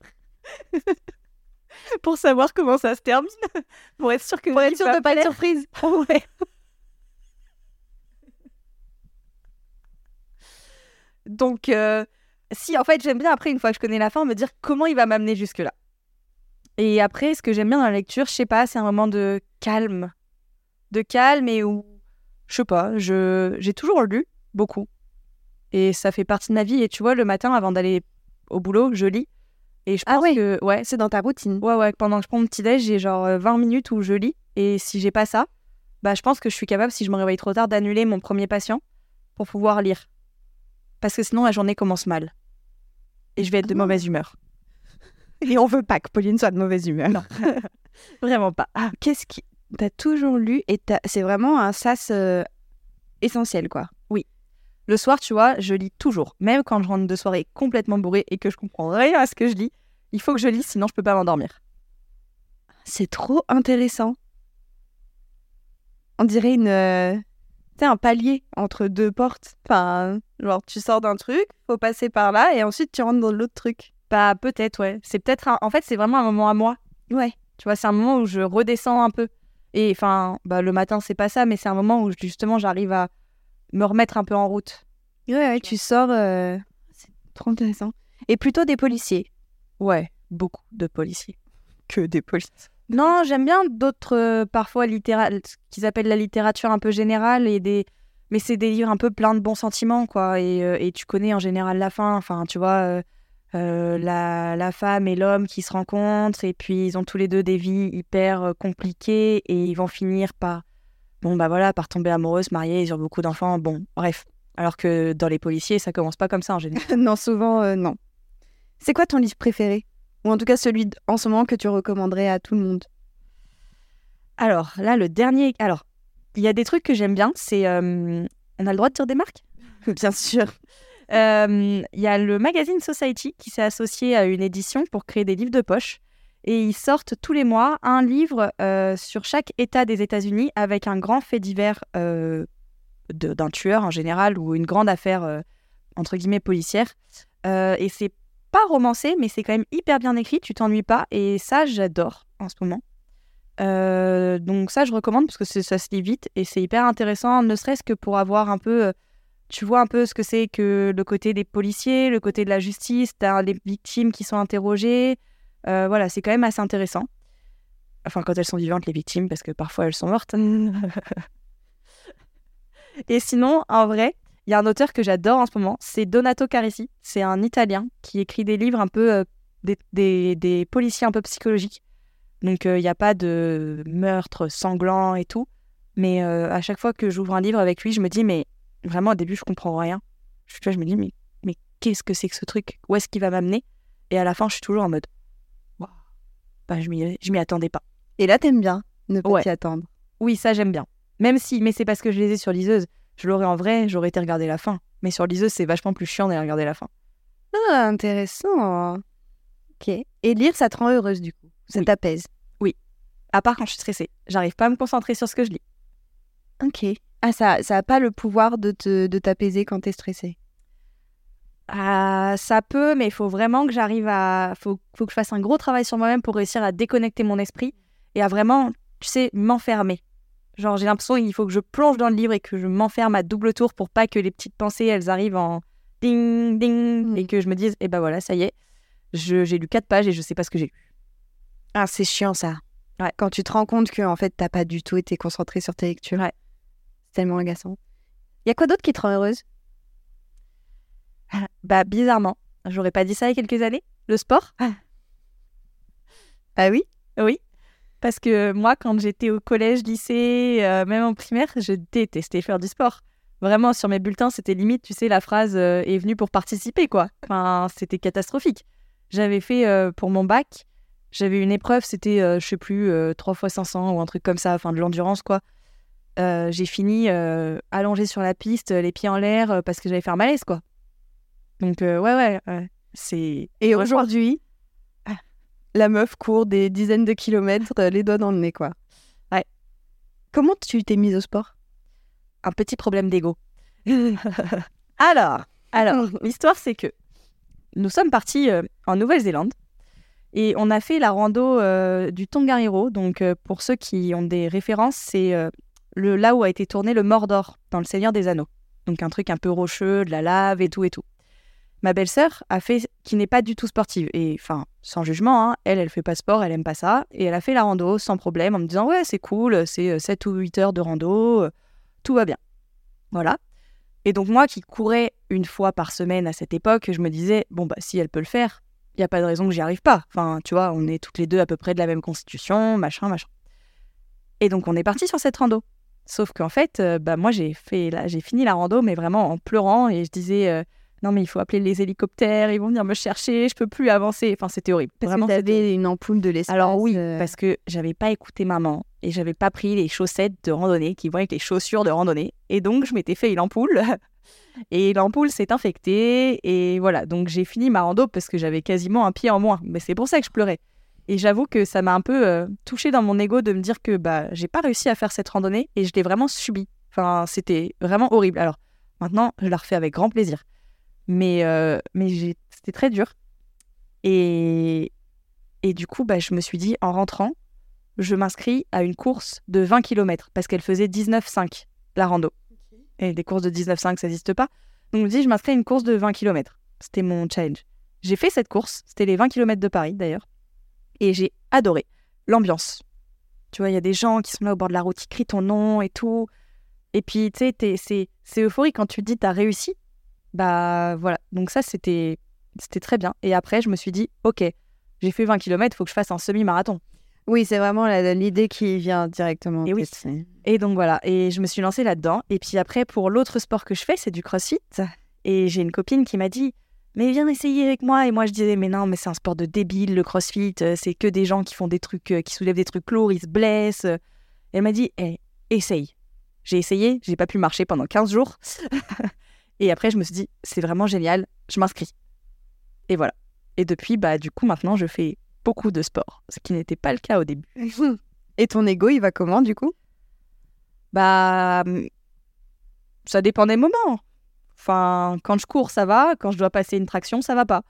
Pour savoir comment ça se termine. Pour être sûr que Pour être sûr de ne pas être surprise. Ouais. Donc, si, en fait, j'aime bien après, une fois que je connais la fin, me dire comment il va m'amener jusque-là. Et après, ce que j'aime bien dans la lecture, je sais pas, c'est un moment de calme. De calme et où, je sais pas, j'ai toujours lu beaucoup. Et ça fait partie de ma vie. Et tu vois, le matin, avant d'aller au boulot, je lis. Et je pense que, ouais, c'est dans ta routine. Ouais, pendant que je prends mon petit-déj, j'ai genre 20 minutes où je lis. Et si j'ai pas ça, bah, je pense que je suis capable, si je me réveille trop tard, d'annuler mon premier patient pour pouvoir lire. Parce que sinon, la journée commence mal. Et je vais être de mauvaise humeur. Et on veut pas que Pauline soit de mauvaise humeur. Non, vraiment pas. Ah, qu'est-ce qui... T'as toujours lu et c'est vraiment un sas essentiel, quoi. Le soir, tu vois, je lis toujours. Même quand je rentre de soirée complètement bourrée et que je comprends rien à ce que je lis, il faut que je lise, sinon je peux pas m'endormir. C'est trop intéressant. On dirait un palier entre deux portes. Enfin, genre, tu sors d'un truc, faut passer par là, et ensuite tu rentres dans l'autre truc. Bah, peut-être, ouais. C'est peut-être En fait, c'est vraiment un moment à moi. Ouais. Tu vois, c'est un moment où je redescends un peu. Et enfin, bah, le matin, c'est pas ça, mais c'est un moment où justement, j'arrive à me remettre un peu en route. Ouais, tu sors... C'est trop intéressant. Et plutôt des policiers. Ouais, beaucoup de policiers. Que des policiers. Non, j'aime bien d'autres, parfois, ce qu'ils appellent la littérature un peu générale, mais c'est des livres un peu pleins de bons sentiments, quoi. Et tu connais en général la fin. Enfin, tu vois, la femme et l'homme qui se rencontrent, et puis ils ont tous les deux des vies hyper compliquées, et ils vont finir par, bon, bah voilà, par tomber amoureux, se marier, ils ont beaucoup d'enfants, bon, bref. Alors que dans les policiers, ça commence pas comme ça en général. Non, souvent, non. C'est quoi ton livre préféré? Ou en tout cas celui en ce moment que tu recommanderais à tout le monde? Alors, là, le dernier... Alors, il y a des trucs que j'aime bien, c'est... On a le droit de dire des marques? Bien sûr. Il y a le magazine Society qui s'est associé à une édition pour créer des livres de poche. Et ils sortent tous les mois un livre sur chaque État des États-Unis avec un grand fait divers d'un tueur en général ou une grande affaire, entre guillemets, policière. Et c'est pas romancé, mais c'est quand même hyper bien écrit, tu t'ennuies pas. Et ça, j'adore en ce moment. Donc ça, je recommande parce que ça se lit vite et c'est hyper intéressant, ne serait-ce que pour avoir un peu... tu vois un peu ce que c'est que le côté des policiers, le côté de la justice, t'as les victimes qui sont interrogées. Voilà, c'est quand même assez intéressant. Enfin, quand elles sont vivantes, les victimes, parce que parfois elles sont mortes. Et sinon, en vrai, il y a un auteur que j'adore en ce moment, c'est Donato Carisi. C'est un Italien qui écrit des livres un peu... des policiers un peu psychologiques. Donc, il n'y a pas de meurtre sanglant et tout. Mais à chaque fois que j'ouvre un livre avec lui, je me dis, mais vraiment, au début, je comprends rien. Je me dis, mais qu'est-ce que c'est que ce truc? Où est-ce qu'il va m'amener? Et à la fin, je suis toujours en mode, wow. Bah, je m'y attendais pas. Et là, t'aimes bien ne pas Ouais. t'y attendre. Oui, ça, j'aime bien. Même si, mais c'est parce que je les ai sur liseuse. Je l'aurais en vrai, j'aurais été regarder la fin. Mais sur liseuse, c'est vachement plus chiant d'aller regarder la fin. Ah, intéressant. Ok. Et lire, ça te rend heureuse, du coup. Ça Oui. t'apaise. À part quand je suis stressée. J'arrive pas à me concentrer sur ce que je lis. Ok. Ah, ça a pas le pouvoir de t'apaiser quand t'es stressée. Ah, ça peut, mais il faut vraiment que j'arrive à... Faut que je fasse un gros travail sur moi-même pour réussir à déconnecter mon esprit et à vraiment, tu sais, m'enfermer. Genre, j'ai l'impression qu'il faut que je plonge dans le livre et que je m'enferme à double tour pour pas que les petites pensées, elles arrivent en ding, ding, et que je me dise, eh ben voilà, ça y est, j'ai lu 4 pages et je sais pas ce que j'ai lu. Ah, c'est chiant ça. Ouais. Quand tu te rends compte que en fait, t'as pas du tout été concentré sur ta lecture. Ouais. C'est tellement agaçant. Il y a quoi d'autre qui te rend heureuse? Bah, bizarrement, j'aurais pas dit ça il y a quelques années, le sport. Ah oui? Oui. Parce que moi, quand j'étais au collège, lycée, même en primaire, je détestais faire du sport. Vraiment, sur mes bulletins, c'était limite, tu sais, la phrase est venue pour participer, quoi. Enfin, c'était catastrophique. J'avais fait pour mon bac, j'avais une épreuve, c'était, je sais plus, 3 fois 500 ou un truc comme ça, enfin de l'endurance, quoi. J'ai fini allongée sur la piste, les pieds en l'air, parce que j'avais fait un malaise, quoi. Donc, ouais, c'est... Et aujourd'hui, la meuf court des dizaines de kilomètres, les doigts dans le nez, quoi. Ouais. Comment tu t'es mise au sport? Un petit problème d'ego. Alors, l'histoire, c'est que nous sommes partis en Nouvelle-Zélande et on a fait la rando du Tongariro. Donc, pour ceux qui ont des références, c'est là où a été tourné le Mordor dans Le Seigneur des Anneaux. Donc, un truc un peu rocheux, de la lave et tout et tout. Ma belle-sœur a fait, qui n'est pas du tout sportive, et enfin, sans jugement, hein, elle fait pas sport, elle aime pas ça, et elle a fait la rando sans problème en me disant « Ouais, c'est cool, c'est 7 ou 8 heures de rando, tout va bien. » Voilà. Et donc moi qui courais une fois par semaine à cette époque, je me disais « Bon, bah si elle peut le faire, il n'y a pas de raison que j'y arrive pas. » Enfin, tu vois, on est toutes les deux à peu près de la même constitution, machin. Et donc on est parti sur cette rando. Sauf qu'en fait, moi j'ai fini la rando, mais vraiment en pleurant, et je disais non mais il faut appeler les hélicoptères, ils vont venir me chercher, je peux plus avancer. Enfin, c'était horrible. Parce vraiment, que t'avais une ampoule de l'espace. Alors oui, parce que j'avais pas écouté maman et j'avais pas pris les chaussettes de randonnée qui vont avec les chaussures de randonnée. Et donc je m'étais fait une ampoule et l'ampoule s'est infectée et voilà. Donc j'ai fini ma rando parce que j'avais quasiment un pied en moins. Mais c'est pour ça que je pleurais. Et j'avoue que ça m'a un peu touchée dans mon ego de me dire que j'ai pas réussi à faire cette randonnée et je l'ai vraiment subie. Enfin, c'était vraiment horrible. Alors maintenant, je la refais avec grand plaisir. Mais c'était très dur. Et du coup, je me suis dit, en rentrant, je m'inscris à une course de 20 km parce qu'elle faisait 19,5 la rando. Okay. Et des courses de 19,5, ça n'existe pas. Donc je me dis, je m'inscris à une course de 20 km. C'était mon challenge. J'ai fait cette course, c'était les 20 km de Paris d'ailleurs. Et j'ai adoré l'ambiance. Tu vois, il y a des gens qui sont là au bord de la route, qui crient ton nom et tout. Et puis, tu sais, c'est euphorique quand tu te dis, t'as réussi. Voilà. Donc ça, c'était très bien. Et après, je me suis dit, ok, j'ai fait 20 km, il faut que je fasse un semi-marathon. Oui, c'est vraiment l'idée qui vient directement. Et oui. Et donc voilà. Et je me suis lancée là-dedans. Et puis après, pour l'autre sport que je fais, c'est du crossfit. Et j'ai une copine qui m'a dit, mais viens essayer avec moi. Et moi, je disais, mais non, mais c'est un sport de débile, le crossfit. C'est que des gens qui font des trucs, qui soulèvent des trucs lourds, ils se blessent. Et elle m'a dit, essaye. J'ai essayé, j'ai pas pu marcher pendant 15 jours. Et après, je me suis dit, c'est vraiment génial, je m'inscris. Et voilà. Et depuis, du coup, maintenant, je fais beaucoup de sport, ce qui n'était pas le cas au début. Et ton ego, il va comment, du coup? Ça dépend des moments. Enfin, quand je cours, ça va. Quand je dois passer une traction, ça va pas.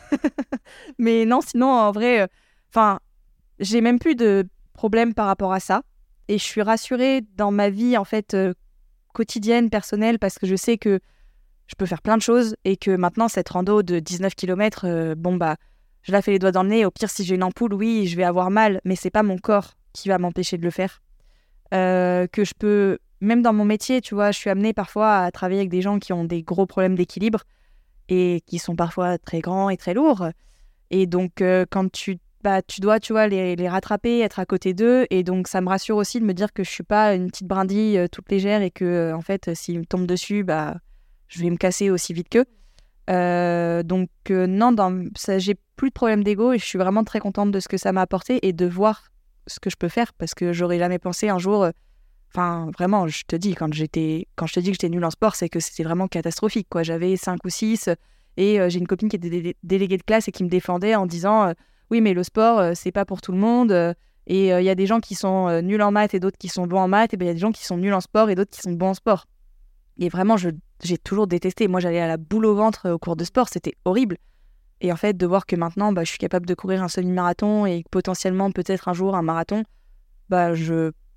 Mais non, sinon, en vrai, j'ai même plus de problème par rapport à ça. Et je suis rassurée dans ma vie, en fait, quotidienne, personnelle, parce que je sais que je peux faire plein de choses et que maintenant, cette rando de 19 km, je la fais les doigts dans le nez. Au pire, si j'ai une ampoule, oui, je vais avoir mal, mais c'est pas mon corps qui va m'empêcher de le faire. Que je peux, même dans mon métier, tu vois, je suis amenée parfois à travailler avec des gens qui ont des gros problèmes d'équilibre et qui sont parfois très grands et très lourds. Et donc, quand tu dois, tu vois, les rattraper, être à côté d'eux. Et donc, ça me rassure aussi de me dire que je suis pas une petite brindille toute légère et que, en fait, s'ils me tombent dessus, je vais me casser aussi vite qu'eux. Non, j'ai plus de problème d'ego et je suis vraiment très contente de ce que ça m'a apporté et de voir ce que je peux faire parce que j'aurais jamais pensé un jour... vraiment, je te dis, quand je te dis que j'étais nulle en sport, c'est que c'était vraiment catastrophique, quoi. J'avais 5 ou 6 et j'ai une copine qui était déléguée de classe et qui me défendait en disant oui, mais le sport, c'est pas pour tout le monde. Et il y a des gens qui sont nuls en maths et d'autres qui sont bons en maths. Et il y a des gens qui sont nuls en sport et d'autres qui sont bons en sport. Et vraiment, j'ai toujours détesté. Moi, j'allais à la boule au ventre au cours de sport. C'était horrible. Et en fait, de voir que maintenant, je suis capable de courir un semi-marathon et potentiellement, peut-être un jour, un marathon, je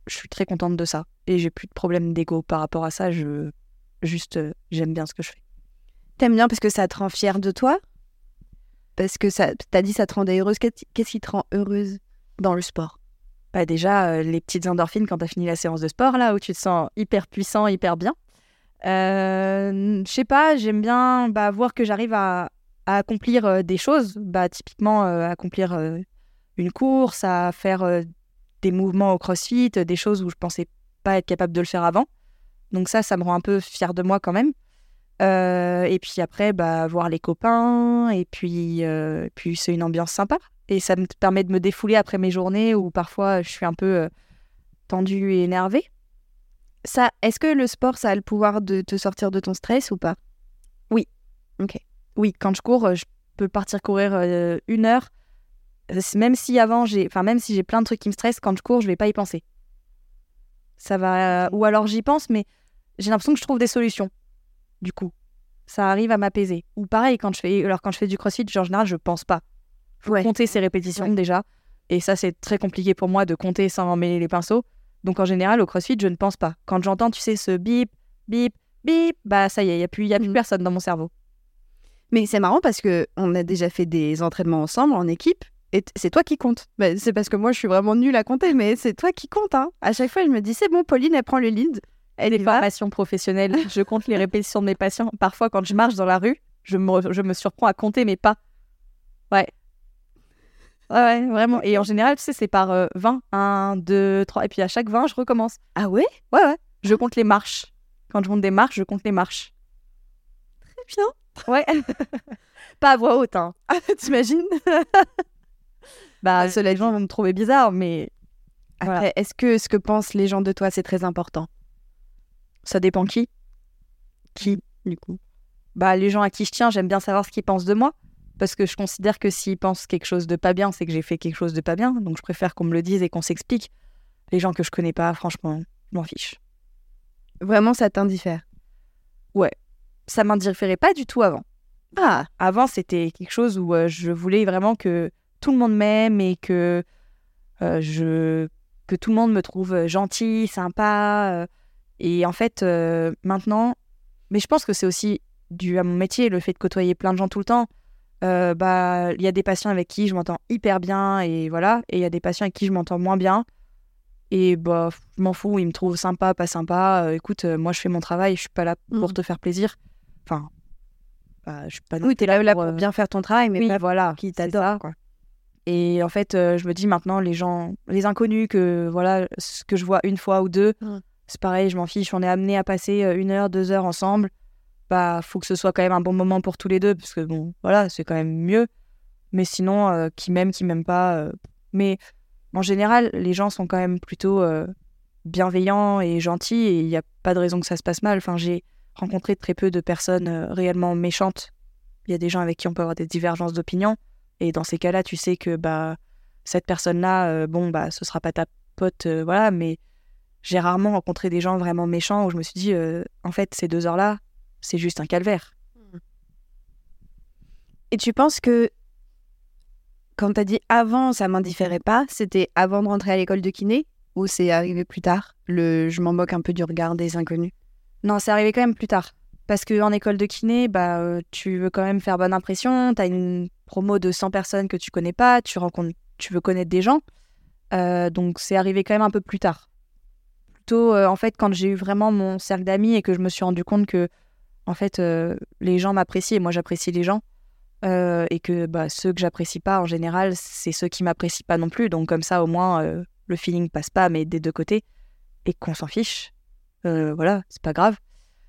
je suis très contente de ça. Et j'ai plus de problème d'ego par rapport à ça. J'aime bien ce que je fais. T'aimes bien parce que ça te rend fière de toi? Parce que t'as dit ça te rendait heureuse. Qu'est-ce qui te rend heureuse dans le sport? Bah déjà, les petites endorphines quand t'as fini la séance de sport, là, où tu te sens hyper puissant, hyper bien. Je sais pas, j'aime bien voir que j'arrive à accomplir des choses. Typiquement, accomplir une course, à faire des mouvements au crossfit, des choses où je pensais pas être capable de le faire avant. Donc ça me rend un peu fière de moi quand même. Et puis après, voir les copains, et puis c'est une ambiance sympa. Et ça me permet de me défouler après mes journées où parfois je suis un peu tendue et énervée. Est-ce que le sport, ça a le pouvoir de te sortir de ton stress ou pas? Oui. Ok. Oui, quand je cours, je peux partir courir 1 heure. Même si j'ai plein de trucs qui me stressent, quand je cours, je vais pas y penser. Ça va. Ou alors j'y pense, mais j'ai l'impression que je trouve des solutions. Du coup, ça arrive à m'apaiser. Ou pareil, quand je fais du crossfit, en général, je pense pas. Faut compter ses répétitions déjà. Et ça, c'est très compliqué pour moi de compter sans m'emmêler les pinceaux. Donc en général, au crossfit, je ne pense pas. Quand j'entends, tu sais, ce bip, bip, bip, ça y est, il y a plus personne dans mon cerveau. Mais c'est marrant parce qu'on a déjà fait des entraînements ensemble en équipe. Et c'est toi qui comptes. C'est parce que moi, je suis vraiment nulle à compter, mais c'est toi qui comptes. Hein. À chaque fois, je me dis, c'est bon, Pauline, elle prend le lead. Elle est formation professionnelle. Je compte les répétitions de mes patients. Parfois, quand je marche dans la rue, je me surprends à compter mes pas. Ouais. Ouais, vraiment. Et en général, tu sais, c'est par 20. 1, 2, 3. Et puis à chaque 20, je recommence. Ah ouais? Ouais. Je compte les marches. Quand je monte des marches, je compte les marches. Très bien. Ouais. Pas à voix haute, hein. T'imagines? Les gens vont me trouver bizarre, mais... Après, voilà. est-ce que ce que pensent les gens de toi, c'est très important? Ça dépend qui. Qui, du coup? Les gens à qui je tiens, j'aime bien savoir ce qu'ils pensent de moi. Parce que je considère que s'ils pensent quelque chose de pas bien, c'est que j'ai fait quelque chose de pas bien. Donc je préfère qu'on me le dise et qu'on s'explique. Les gens que je connais pas, franchement, je m'en fiche. Vraiment, ça t'indiffère? Ouais. Ça m'indifférait pas du tout avant. Ah, avant, c'était quelque chose où je voulais vraiment que tout le monde m'aime et que tout le monde me trouve gentil, sympa. Et en fait, maintenant... Mais je pense que c'est aussi dû à mon métier, le fait de côtoyer plein de gens tout le temps. Il y a des patients avec qui je m'entends hyper bien et voilà. Et il y a des patients avec qui je m'entends moins bien. Et je m'en fous, ils me trouvent sympa, pas sympa. Écoute, moi, je fais mon travail, je suis pas là pour te faire plaisir. Enfin... je suis pas oui, t'es là pour bien faire ton travail, mais oui, pas voilà, qui t'adore, quoi. Et en fait, je me dis maintenant, les inconnus ce que je vois une fois ou deux, c'est pareil, je m'en fiche. On est amenés à passer 1 heure, 2 heures ensemble. Faut que ce soit quand même un bon moment pour tous les deux, parce que bon, voilà, c'est quand même mieux. Mais sinon, qui m'aime pas. Mais en général, les gens sont quand même plutôt bienveillants et gentils, et il n'y a pas de raison que ça se passe mal. Enfin, j'ai rencontré très peu de personnes réellement méchantes. Il y a des gens avec qui on peut avoir des divergences d'opinion. Et dans ces cas-là, tu sais que cette personne-là, ce sera pas ta pote, voilà. Mais j'ai rarement rencontré des gens vraiment méchants où je me suis dit, en fait, ces 2 heures-là, c'est juste un calvaire. Et tu penses que quand t'as dit avant, ça m'indifférait pas, c'était avant de rentrer à l'école de kiné ou c'est arrivé plus tard? Je m'en moque un peu du regard des inconnus. Non, c'est arrivé quand même plus tard. Parce qu'en école de kiné, tu veux quand même faire bonne impression. Tu as une promo de 100 personnes que tu connais pas. Tu veux connaître des gens. Donc, c'est arrivé quand même un peu plus tard. Plutôt, en fait, quand j'ai eu vraiment mon cercle d'amis et que je me suis rendu compte que, en fait, les gens m'apprécient et moi, j'apprécie les gens. Et que ceux que j'apprécie pas, en général, c'est ceux qui m'apprécient pas non plus. Donc, comme ça, au moins, le feeling passe pas, mais des deux côtés. Et qu'on s'en fiche. Voilà, c'est pas grave.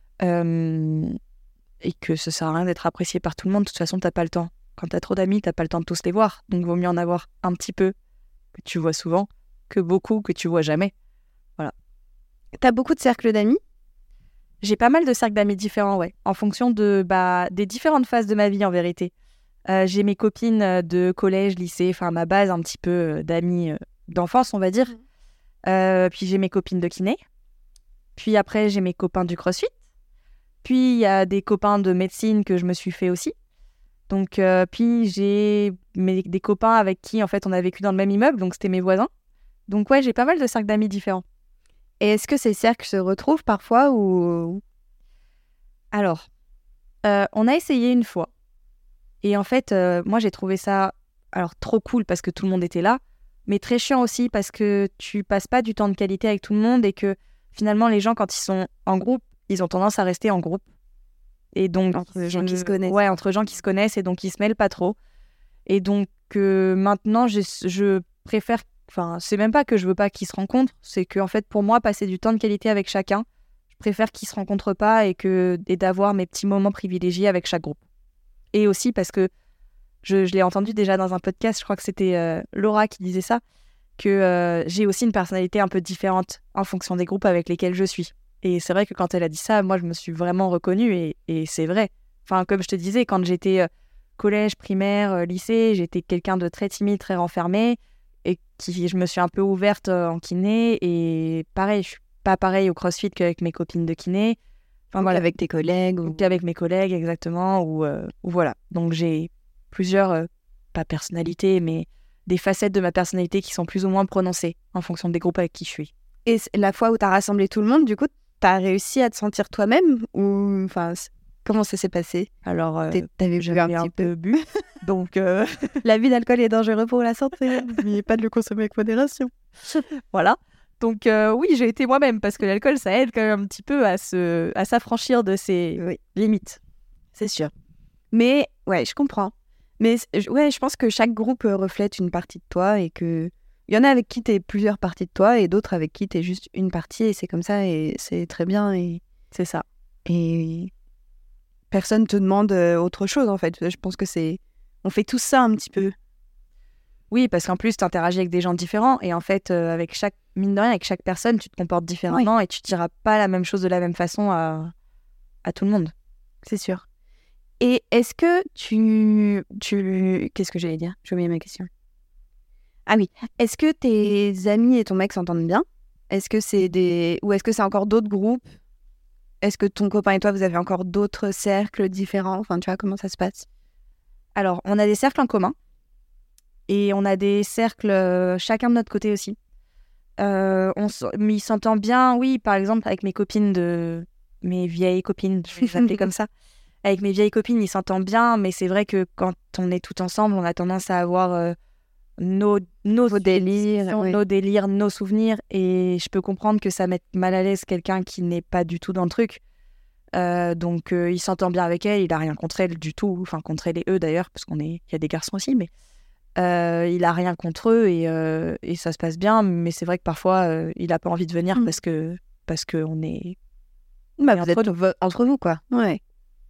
Et que ça sert à rien d'être apprécié par tout le monde. De toute façon, t'as pas le temps. Quand t'as trop d'amis, t'as pas le temps de tous les voir. Donc, vaut mieux en avoir un petit peu que tu vois souvent que beaucoup que tu vois jamais. Voilà. T'as beaucoup de cercles d'amis? J'ai pas mal de cercles d'amis différents, ouais. En fonction de des différentes phases de ma vie, en vérité. J'ai mes copines de collège, lycée, enfin ma base un petit peu d'amis d'enfance, on va dire. Puis j'ai mes copines de kiné. Puis après, j'ai mes copains du crossfit. Puis il y a des copains de médecine que je me suis fait aussi. Donc, puis j'ai des copains avec qui, en fait, on a vécu dans le même immeuble. Donc, c'était mes voisins. Donc, ouais, j'ai pas mal de cercles d'amis différents. Et est-ce que ces cercles se retrouvent parfois ou... Alors, on a essayé une fois. Et en fait, moi, j'ai trouvé ça trop cool parce que tout le monde était là, mais très chiant aussi parce que tu passes pas du temps de qualité avec tout le monde et que finalement, les gens, quand ils sont en groupe, ils ont tendance à rester en groupe. Et donc, Entre gens qui se connaissent. Ouais, entre gens qui se connaissent et donc ils se mêlent pas trop. Et donc, maintenant, je préfère... Enfin, c'est même pas que je veux pas qu'ils se rencontrent, c'est que en fait, pour moi, passer du temps de qualité avec chacun, je préfère qu'ils se rencontrent pas et d'avoir mes petits moments privilégiés avec chaque groupe. Et aussi parce que je l'ai entendu déjà dans un podcast, je crois que c'était Laura qui disait ça, que j'ai aussi une personnalité un peu différente en fonction des groupes avec lesquels je suis. Et c'est vrai que quand elle a dit ça, moi, je me suis vraiment reconnue et c'est vrai. Enfin, comme je te disais, quand j'étais collège, primaire, lycée, j'étais quelqu'un de très timide, très renfermé et je me suis un peu ouverte en kiné. Et pareil, je suis pas pareil au CrossFit qu'avec mes copines de kiné. Enfin, voilà. Avec tes collègues ou... Avec mes collègues, exactement. Ou voilà. Donc, j'ai plusieurs, pas personnalités, mais des facettes de ma personnalité qui sont plus ou moins prononcées en fonction des groupes avec qui je suis. Et la fois où tu as rassemblé tout le monde, du coup, tu as réussi à te sentir toi-même ou... Enfin, comment ça s'est passé? Alors, t'avais bu un petit peu bu. Donc, l'abus d'alcool est dangereux pour la santé. N'oubliez pas de le consommer avec modération. Voilà. Donc, oui, j'ai été moi-même parce que l'alcool, ça aide quand même un petit peu à s'affranchir de ses limites. C'est sûr. Mais, ouais, je comprends. Mais, ouais, je pense que chaque groupe reflète une partie de toi et que... Il y en a avec qui t'es plusieurs parties de toi et d'autres avec qui t'es juste une partie et c'est comme ça et c'est très bien et... C'est ça. Et personne te demande autre chose, en fait. Je pense que c'est... On fait tout ça un petit peu. Oui, parce qu'en plus, tu interagis avec des gens différents et en fait, mine de rien, avec chaque personne, tu te comportes différemment et tu ne diras pas la même chose de la même façon à tout le monde. C'est sûr. Et est-ce que Qu'est-ce que j'allais dire? J'ai oublié ma question. Ah oui. Est-ce que tes amis et ton mec s'entendent bien? Est-ce que c'est ou est-ce que c'est encore d'autres groupes? Est-ce que ton copain et toi, vous avez encore d'autres cercles différents? Enfin, tu vois, comment ça se passe? Alors, on a des cercles en commun. Et on a des cercles chacun de notre côté aussi. Mais il s'entend bien, oui, par exemple, avec mes copines mes vieilles copines, je vais les appeler comme ça. Avec mes vieilles copines, il s'entend bien, mais c'est vrai que quand on est tout ensemble, on a tendance à avoir nos délires, nos souvenirs. Et je peux comprendre que ça mette mal à l'aise quelqu'un qui n'est pas du tout dans le truc. Donc, il s'entend bien avec elle, il a rien contre elle du tout. Enfin, contre elle et eux d'ailleurs, parce qu'il y a des garçons aussi, mais... il a rien contre eux et ça se passe bien, mais c'est vrai que parfois il a pas envie de venir parce que on est vous êtes entre vous quoi. Ouais.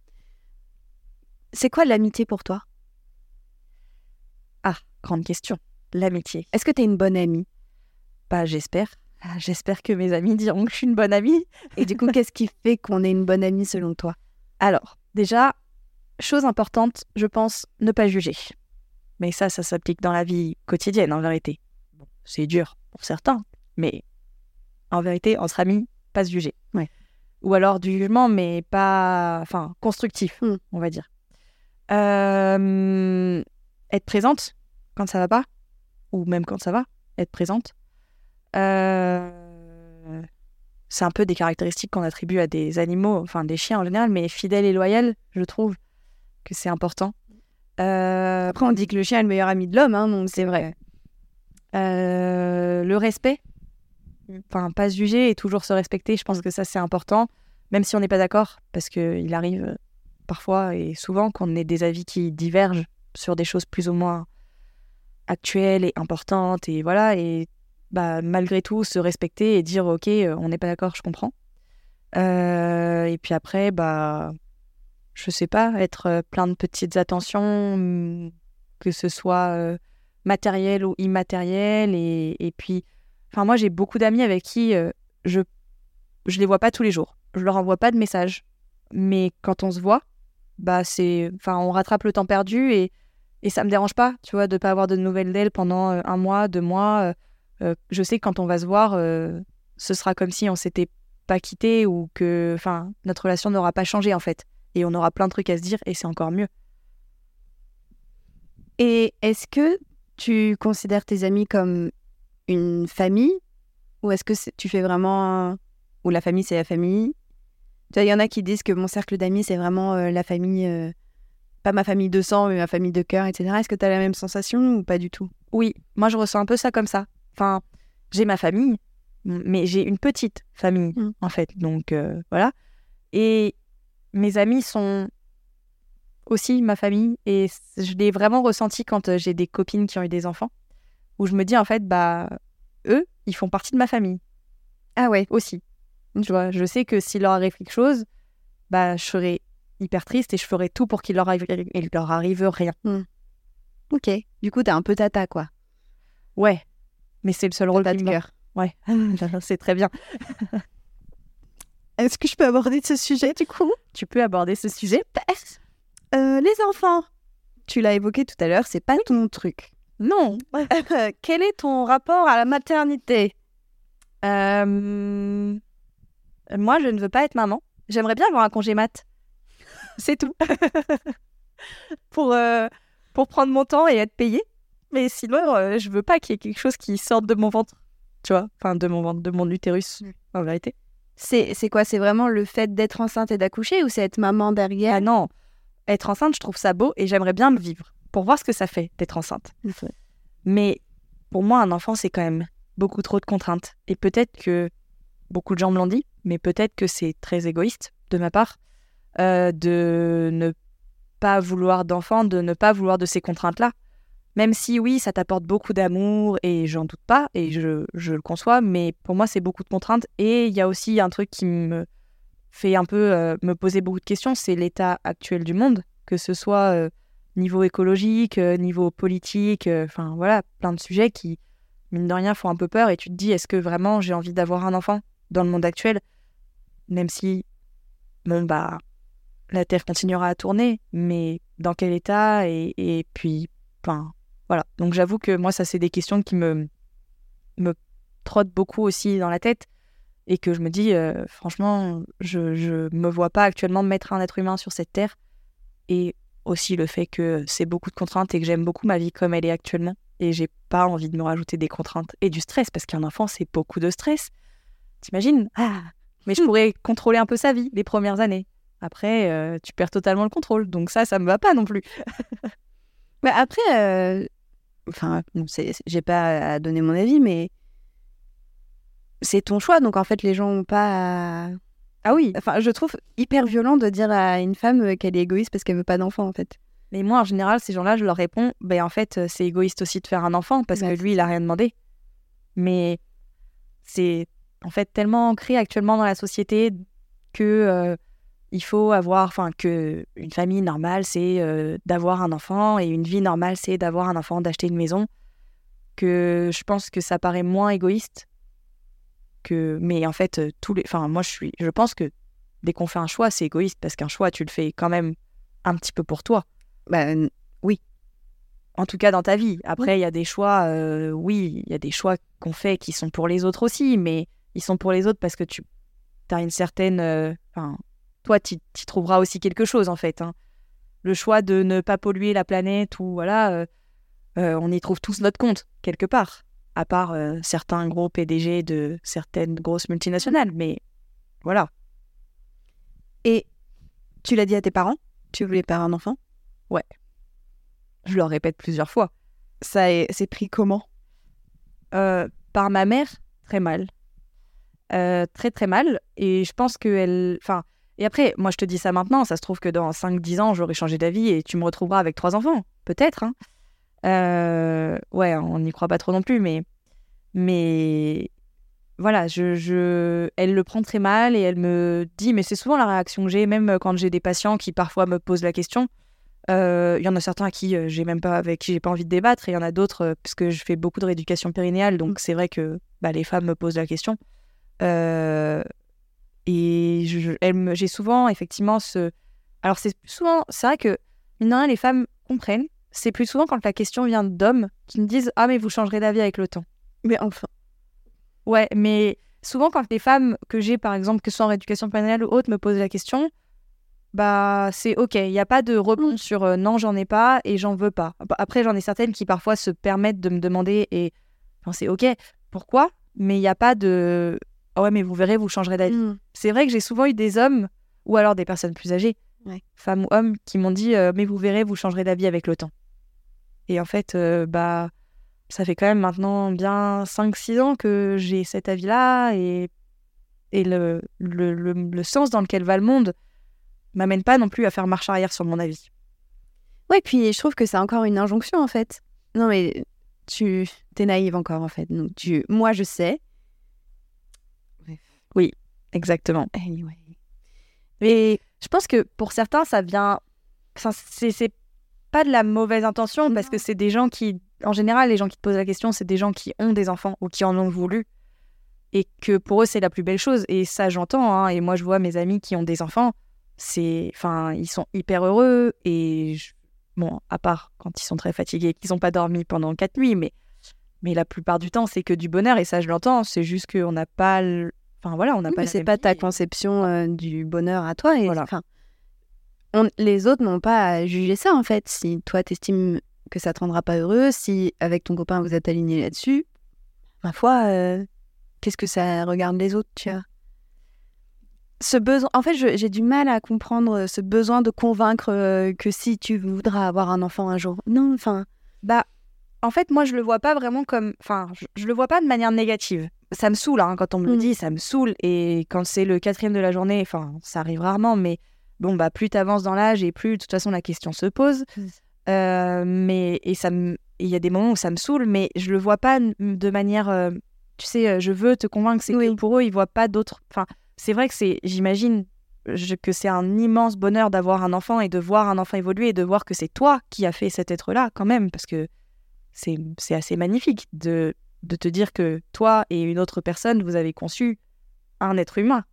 C'est quoi l'amitié pour toi? Ah, grande question. L'amitié. Est-ce que t'es une bonne amie? Bah j'espère que mes amis diront que je suis une bonne amie. Et du coup, qu'est-ce qui fait qu'on est une bonne amie selon toi? Alors déjà, chose importante, je pense, ne pas juger. Mais ça s'applique dans la vie quotidienne, en vérité. Bon, c'est dur pour certains, mais en vérité, entre amis, pas se juger. Ouais. Ou alors du jugement, mais pas... Enfin, constructif, on va dire. Être présente quand ça va pas, ou même quand ça va, être présente. C'est un peu des caractéristiques qu'on attribue à des animaux, enfin des chiens en général, mais fidèle et loyal, je trouve que c'est important. Après, on dit que le chien est le meilleur ami de l'homme, hein, donc c'est vrai. Le respect, enfin pas se juger et toujours se respecter, je pense que ça c'est important, même si on n'est pas d'accord, parce qu'il arrive parfois et souvent qu'on ait des avis qui divergent sur des choses plus ou moins actuelles et importantes, et voilà, et bah, malgré tout se respecter et dire ok, on n'est pas d'accord, je comprends. Et puis après, bah... je sais pas, être plein de petites attentions, que ce soit matériel ou immatériel. Et puis, enfin, moi, j'ai beaucoup d'amis avec qui je les vois pas tous les jours. Je leur envoie pas de messages. Mais quand on se voit, bah, on rattrape le temps perdu et ça me dérange pas, tu vois, de pas avoir de nouvelles d'elles pendant 1 mois, 2 mois. Je sais que quand on va se voir, ce sera comme si on s'était pas quitté ou que, enfin, notre relation n'aura pas changé, en fait. Et on aura plein de trucs à se dire et c'est encore mieux. Et est-ce que tu considères tes amis comme une famille Ou est-ce que tu fais vraiment... Ou la famille, c'est la famille? Tu vois, il y en a qui disent que mon cercle d'amis, c'est vraiment la famille... pas ma famille de sang, mais ma famille de cœur, etc. Est-ce que tu as la même sensation ou pas du tout? Oui, moi je ressens un peu ça comme ça. Enfin, j'ai ma famille, mais j'ai une petite famille, en fait. Donc, voilà. Et mes amis sont aussi ma famille. Et je l'ai vraiment ressenti quand j'ai des copines qui ont eu des enfants. Où je me dis, en fait, bah, eux, ils font partie de ma famille. Ah ouais. Aussi. Tu vois, je sais que s'il leur arrive quelque chose, bah, je serai hyper triste et je ferai tout pour qu'il leur arrive rien. Ok. Du coup, t'es un peu tata, quoi. Ouais. Mais c'est le seul rôle de cœur. Ouais. C'est très bien. Est-ce que je peux aborder ce sujet, du coup? Tu peux aborder ce sujet. Les enfants. Tu l'as évoqué tout à l'heure, c'est pas ton truc. Non. Quel est ton rapport à la maternité? Moi, je ne veux pas être maman. J'aimerais bien avoir un congé mat. C'est tout. pour prendre mon temps et être payée. Mais sinon, je veux pas qu'il y ait quelque chose qui sorte de mon ventre. Tu vois, enfin de mon ventre, de mon utérus, en vérité. C'est quoi? C'est vraiment le fait d'être enceinte et d'accoucher ou c'est être maman derrière? Ah non, être enceinte, je trouve ça beau et j'aimerais bien le vivre pour voir ce que ça fait d'être enceinte. Mais pour moi, un enfant, c'est quand même beaucoup trop de contraintes. Et peut-être que, beaucoup de gens me l'ont dit, mais peut-être que c'est très égoïste de ma part de ne pas vouloir d'enfant, de ne pas vouloir de ces contraintes-là. Même si oui, ça t'apporte beaucoup d'amour et j'en doute pas et je le conçois, mais pour moi, c'est beaucoup de contraintes. Et il y a aussi un truc qui me fait un peu me poser beaucoup de questions, c'est l'état actuel du monde, que ce soit niveau écologique, niveau politique, enfin voilà, plein de sujets qui, mine de rien, font un peu peur et tu te dis, est-ce que vraiment j'ai envie d'avoir un enfant dans le monde actuel? Même si, bon bah, la Terre continuera à tourner, mais dans quel état et puis, enfin, voilà. Donc j'avoue que moi, ça, c'est des questions qui me trottent beaucoup aussi dans la tête et que je me dis, franchement, je me vois pas actuellement mettre un être humain sur cette Terre et aussi le fait que c'est beaucoup de contraintes et que j'aime beaucoup ma vie comme elle est actuellement et j'ai pas envie de me rajouter des contraintes et du stress parce qu'un enfant, c'est beaucoup de stress. T'imagines? Mais je pourrais contrôler un peu sa vie les premières années. Après, tu perds totalement le contrôle. Donc ça me va pas non plus. Mais après, enfin, j'ai pas à donner mon avis, mais c'est ton choix. Donc en fait, les gens ont pas... Ah oui. Enfin, je trouve hyper violent de dire à une femme qu'elle est égoïste parce qu'elle veut pas d'enfant, en fait. Mais moi, en général, ces gens-là, je leur réponds, en fait, c'est égoïste aussi de faire un enfant parce que lui, il a rien demandé. Mais c'est en fait tellement ancré actuellement dans la société que il faut avoir, enfin, que une famille normale, c'est d'avoir un enfant et une vie normale, c'est d'avoir un enfant, d'acheter une maison, que je pense que ça paraît moins égoïste que... Mais en fait, moi, je pense que dès qu'on fait un choix, c'est égoïste parce qu'un choix, tu le fais quand même un petit peu pour toi. Oui. En tout cas, dans ta vie. Après, il y a des choix, il y a des choix qu'on fait qui sont pour les autres aussi, mais ils sont pour les autres parce que tu as une certaine... toi, tu trouveras aussi quelque chose, en fait. Hein. Le choix de ne pas polluer la planète, ou voilà, on y trouve tous notre compte, quelque part. À part certains gros PDG de certaines grosses multinationales, mais voilà. Et tu l'as dit à tes parents? Tu voulais pas un enfant? Ouais. Je leur répète plusieurs fois. C'est pris comment? Par ma mère, très mal. Très très mal. Et je pense qu'elle... Enfin, et après, moi je te dis ça maintenant, ça se trouve que dans 5-10 ans, j'aurai changé d'avis et tu me retrouveras avec 3 enfants. Peut-être, hein. Ouais, on n'y croit pas trop non plus, mais voilà, elle le prend très mal et elle me dit, mais c'est souvent la réaction que j'ai, même quand j'ai des patients qui parfois me posent la question. Il y en a certains avec qui j'ai pas envie de débattre et il y en a d'autres parce que je fais beaucoup de rééducation périnéale, donc c'est vrai que les femmes me posent la question. Et j'ai souvent effectivement alors c'est vrai que mine de rien, les femmes comprennent. C'est plus souvent quand la question vient d'hommes qui me disent « Ah, mais vous changerez d'avis avec le temps. » Mais enfin. Ouais, mais souvent quand les femmes que j'ai, par exemple, que ce soit en rééducation périnéale ou autre, me posent la question, c'est OK. Il n'y a pas de réponse sur non, j'en ai pas et j'en veux pas. Après, j'en ai certaines qui parfois se permettent de me demander et c'est OK. Pourquoi ? mais il n'y a pas de « Ah ouais, mais vous verrez, vous changerez d'avis ». C'est vrai que j'ai souvent eu des hommes, ou alors des personnes plus âgées, femmes ou hommes, qui m'ont dit « Mais vous verrez, vous changerez d'avis avec le temps ». Et en fait, ça fait quand même maintenant bien 5-6 ans que j'ai cet avis-là, et le sens dans lequel va le monde m'amène pas non plus à faire marche arrière sur mon avis. Ouais, puis je trouve que c'est encore une injonction, en fait. Non, mais t'es naïve encore, en fait. Donc, moi, je sais. Oui, exactement. Anyway. Et je pense que pour certains, ça vient... Enfin, c'est pas de la mauvaise intention, parce que c'est des gens qui... En général, les gens qui te posent la question, c'est des gens qui ont des enfants ou qui en ont voulu. Et que pour eux, c'est la plus belle chose. Et ça, j'entends. Hein. Et moi, je vois mes amis qui ont des enfants. Ils sont hyper heureux. Et bon, à part quand ils sont très fatigués, qu'ils n'ont pas dormi pendant 4 nuits. Mais la plupart du temps, c'est que du bonheur. Et ça, je l'entends. C'est juste qu'on n'a pas... Enfin, voilà, on n'a pas... C'est pas ta conception du bonheur à toi. Et voilà. Les autres n'ont pas à juger ça, en fait. Si toi, t'estimes que ça te rendra pas heureux, si avec ton copain, vous êtes alignés là-dessus, ma foi, qu'est-ce que ça regarde les autres, tu vois? Ce besoin... En fait, j'ai du mal à comprendre ce besoin de convaincre que si tu voudras avoir un enfant un jour. Non, enfin... En fait, moi, je le vois pas vraiment comme... Enfin, je le vois pas de manière négative. Ça me saoule, hein, quand on me le dit, ça me saoule. Et quand c'est le 4e de la journée, enfin, ça arrive rarement, mais bon, plus t'avances dans l'âge et plus, de toute façon, la question se pose. Il y a des moments où ça me saoule, mais je le vois pas de manière... tu sais, je veux te convaincre, c'est que pour eux, ils voient pas d'autres... Enfin, c'est vrai que j'imagine que c'est un immense bonheur d'avoir un enfant et de voir un enfant évoluer et de voir que c'est toi qui as fait cet être-là, quand même, parce que c'est assez magnifique de te dire que toi et une autre personne, vous avez conçu un être humain.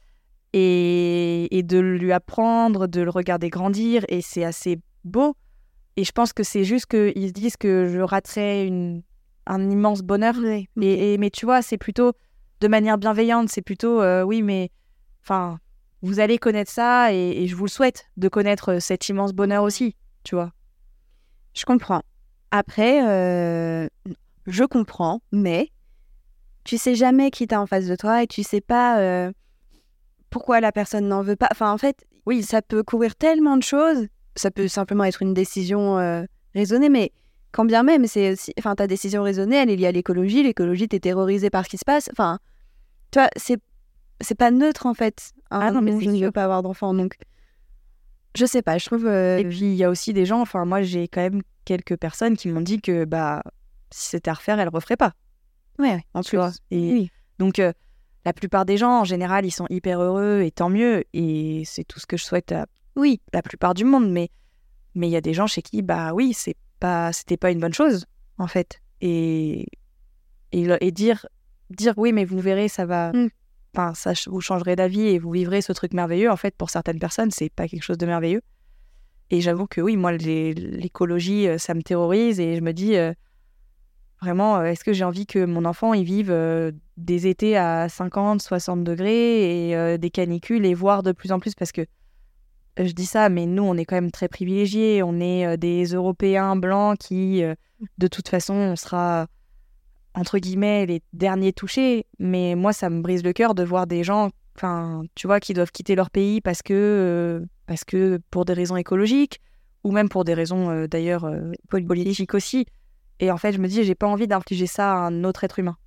Et de lui apprendre, de le regarder grandir, et c'est assez beau. Et je pense que c'est juste qu'ils se disent que je raterais un immense bonheur. Mais tu vois, c'est plutôt de manière bienveillante, c'est plutôt oui, mais enfin, vous allez connaître ça, et je vous le souhaite de connaître cet immense bonheur aussi, tu vois. Je comprends. Après, je comprends, mais tu sais jamais qui t'as en face de toi et tu sais pas pourquoi la personne n'en veut pas. Enfin, en fait, oui, ça peut couvrir tellement de choses. Ça peut simplement être une décision raisonnée, mais quand bien même, c'est aussi... Enfin, ta décision raisonnée, elle est liée à l'écologie. L'écologie, t'es terrorisée par ce qui se passe. Enfin, tu vois, c'est pas neutre, en fait. Non, mais je ne veux pas avoir d'enfant, donc... Je sais pas, je trouve... Et puis, il y a aussi des gens... Enfin, moi, j'ai quand même quelques personnes qui m'ont dit que, si c'était à refaire, elles le referaient pas. Ouais, en plus. Et donc, la plupart des gens, en général, ils sont hyper heureux, et tant mieux. Et c'est tout ce que je souhaite à la plupart du monde. Mais il y a des gens chez qui, c'était pas une bonne chose, en fait. Et dire oui, mais vous verrez, ça va... Enfin, ça, vous changerez d'avis et vous vivrez ce truc merveilleux. En fait, pour certaines personnes, c'est pas quelque chose de merveilleux. Et j'avoue que oui, moi, l'écologie, ça me terrorise, et je me dis, vraiment, est-ce que j'ai envie que mon enfant, il vive des étés à 50, 60 degrés et des canicules, et voir de plus en plus, parce que je dis ça, mais nous, on est quand même très privilégiés. On est des Européens blancs qui, de toute façon, on sera... entre guillemets, les derniers touchés. Mais moi, ça me brise le cœur de voir des gens, enfin, tu vois, qui doivent quitter leur pays parce que pour des raisons écologiques, ou même pour des raisons, d'ailleurs, politiques aussi. Et en fait, je me dis, j'ai pas envie d'infliger ça à un autre être humain.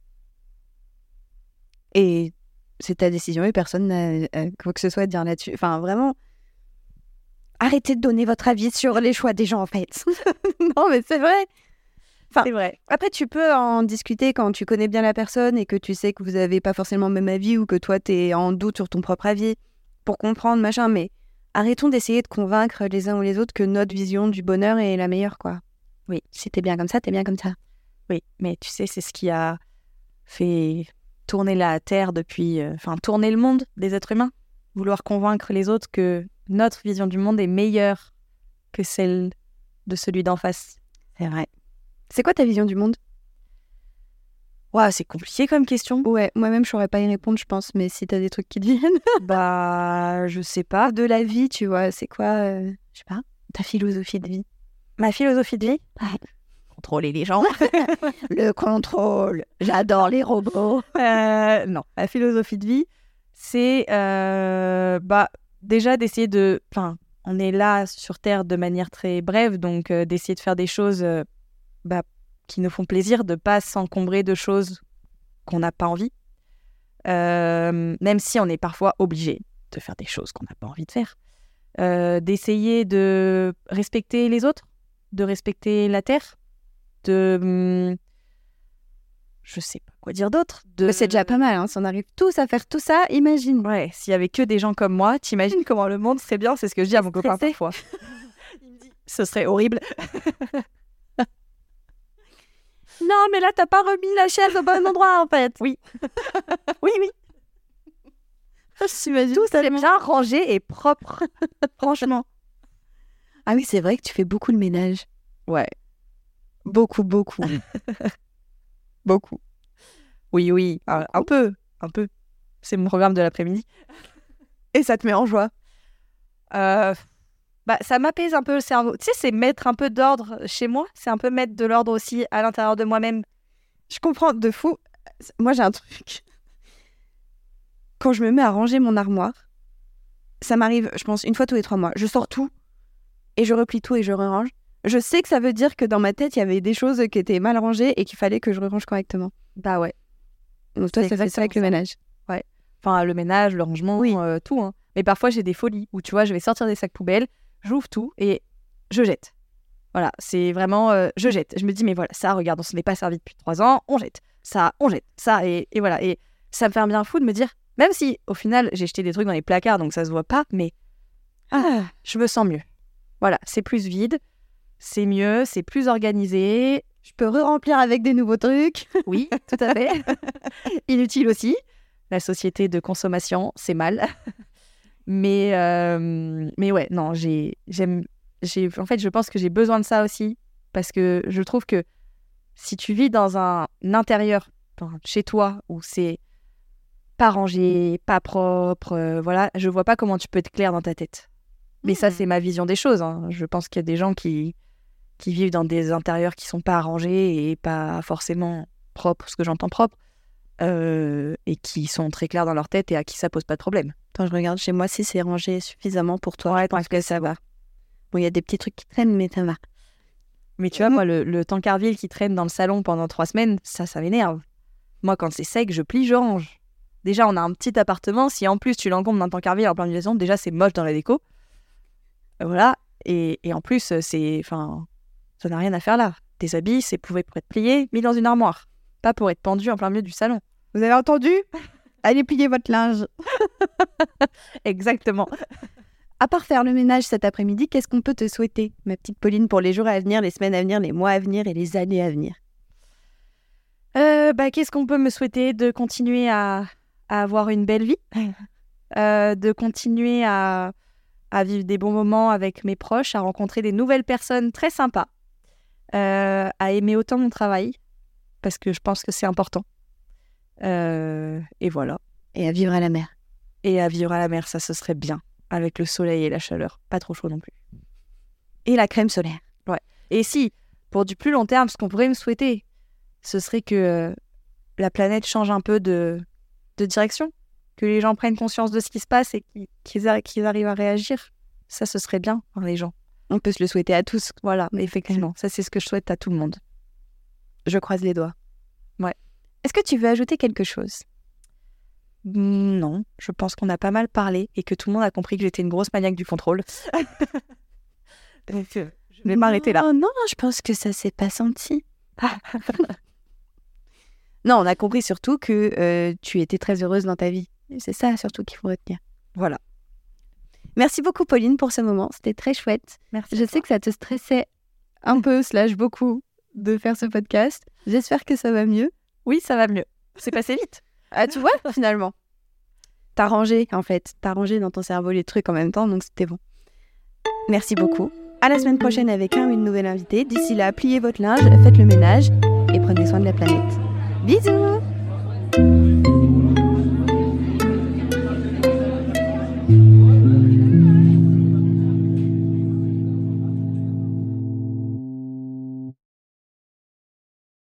Et c'est ta décision, et personne n'a quoi que ce soit à dire là-dessus. Enfin, vraiment, arrêtez de donner votre avis sur les choix des gens, en fait. Non, mais c'est vrai. Enfin, c'est vrai. Après, tu peux en discuter quand tu connais bien la personne et que tu sais que vous n'avez pas forcément le même avis, ou que toi, tu es en doute sur ton propre avis, pour comprendre, machin. Mais arrêtons d'essayer de convaincre les uns ou les autres que notre vision du bonheur est la meilleure, quoi. Oui. Si t'es bien comme ça, t'es bien comme ça. Oui, mais tu sais, c'est ce qui a fait tourner la Terre depuis... tourner le monde des êtres humains. Vouloir convaincre les autres que notre vision du monde est meilleure que celle de celui d'en face. C'est vrai. C'est quoi ta vision du monde? Ouah, c'est compliqué comme question. Ouais, moi-même, je saurais pas y répondre, je pense, mais si t'as des trucs qui te viennent. Je sais pas. De la vie, tu vois, c'est quoi, je sais pas, ta philosophie de vie? Ma philosophie de vie? contrôler les gens. Le contrôle. J'adore les robots. Non, la philosophie de vie, c'est déjà d'essayer de... Enfin, on est là sur Terre de manière très brève, donc d'essayer de faire des choses qui nous font plaisir, de ne pas s'encombrer de choses qu'on n'a pas envie. Même si on est parfois obligé de faire des choses qu'on n'a pas envie de faire. D'essayer de respecter les autres, de respecter la Terre, je sais pas quoi dire d'autre. Mais c'est déjà pas mal, hein. Si on arrive tous à faire tout ça, imagine. Ouais, s'il y avait que des gens comme moi, t'imagines comment le monde serait bien, c'est ce que je dis à mon copain parfois. Il me dit, ce serait horrible. Non, mais là, t'as pas remis la chaise au bon endroit, en fait. Oui. Oui. Tout c'est bien rangé et propre. Franchement. Ah oui, c'est vrai que tu fais beaucoup de ménage. Ouais. Beaucoup. Beaucoup. Oui. Un peu. C'est mon programme de l'après-midi. Et ça te met en joie. Ça m'apaise un peu le cerveau. Tu sais, c'est mettre un peu d'ordre chez moi. C'est un peu mettre de l'ordre aussi à l'intérieur de moi-même. Je comprends de fou. Moi, j'ai un truc. Quand je me mets à ranger mon armoire, ça m'arrive, je pense, une fois tous les 3 mois. Je sors tout et je replie tout et je re-range. Je sais que ça veut dire que dans ma tête, il y avait des choses qui étaient mal rangées et qu'il fallait que je re-range correctement. Bah ouais. Donc toi, ça fait ça avec le ménage. Ouais. Enfin, le ménage, le rangement, oui. Tout. Hein. Mais parfois, j'ai des folies où, tu vois, je vais sortir des sacs poubelles, j'ouvre tout et je jette. Voilà, c'est vraiment... je jette. Je me dis, mais voilà, ça, regarde, on s'en est pas servi depuis 3 ans, on jette. Ça, on jette. Ça, et voilà. Et ça me fait un bien fou de me dire... Même si, au final, j'ai jeté des trucs dans les placards, donc ça se voit pas, mais je me sens mieux. Voilà, c'est plus vide, c'est mieux, c'est plus organisé. Je peux re-remplir avec des nouveaux trucs. Oui, tout à fait. Inutile aussi. La société de consommation, c'est mal. Mais ouais, non, en fait, je pense que j'ai besoin de ça aussi, parce que je trouve que si tu vis dans un intérieur, chez toi, où c'est pas rangé, pas propre, voilà, je vois pas comment tu peux être clair dans ta tête. Mais ça, c'est ma vision des choses. Hein. Je pense qu'il y a des gens qui vivent dans des intérieurs qui sont pas arrangés et pas forcément propres, ce que j'entends propre, et qui sont très clairs dans leur tête et à qui ça pose pas de problème. Attends, je regarde chez moi si c'est rangé suffisamment pour toi. Ouais, je pense que ça va. Bon, il y a des petits trucs qui traînent, mais ça va. Mais tu vois, moi, le tankerville qui traîne dans le salon pendant 3 semaines, ça m'énerve. Moi, quand c'est sec, je plie, je range. Déjà, on a un petit appartement. Si en plus tu l'encombres d'un tankerville en plein milieu de maison, déjà c'est moche dans la déco. Voilà. Et en plus, ça n'a rien à faire là. Tes habits, c'est pour être plié, mis dans une armoire. Pas pour être pendu en plein milieu du salon. Vous avez entendu ? Allez plier votre linge. Exactement. À part faire le ménage cet après-midi, qu'est-ce qu'on peut te souhaiter, ma petite Pauline, pour les jours à venir, les semaines à venir, les mois à venir et les années à venir ? Qu'est-ce qu'on peut me souhaiter ? De continuer à avoir une belle vie, de continuer à vivre des bons moments avec mes proches, à rencontrer des nouvelles personnes très sympas, à aimer autant mon travail, parce que je pense que c'est important. Et voilà. Et à vivre à la mer. Et à vivre à la mer, ça, ce serait bien, avec le soleil et la chaleur. Pas trop chaud non plus. Et la crème solaire. Ouais. Et si, pour du plus long terme, ce qu'on pourrait me souhaiter, ce serait que la planète change un peu de direction, que les gens prennent conscience de ce qui se passe et qu'ils arrivent à réagir. Ça, ce serait bien, les gens. On peut se le souhaiter à tous. Voilà, effectivement. Ça, c'est ce que je souhaite à tout le monde. Je croise les doigts. Ouais. Est-ce que tu veux ajouter quelque chose ? Non, je pense qu'on a pas mal parlé et que tout le monde a compris que j'étais une grosse maniaque du contrôle. Donc, je vais m'arrêter là. Non, je pense que ça s'est pas senti. Non, on a compris surtout que tu étais très heureuse dans ta vie. C'est ça surtout qu'il faut retenir. Voilà. Merci beaucoup Pauline pour ce moment, c'était très chouette. Merci. Je sais que ça te stressait un peu, beaucoup, de faire ce podcast. J'espère que ça va mieux. Oui, ça va mieux. C'est passé vite. Ah, tu vois, finalement. T'as rangé, en fait. T'as rangé dans ton cerveau les trucs en même temps, donc c'était bon. Merci beaucoup. À la semaine prochaine avec un ou une nouvelle invitée. D'ici là, pliez votre linge, faites le ménage et prenez soin de la planète. Bisous!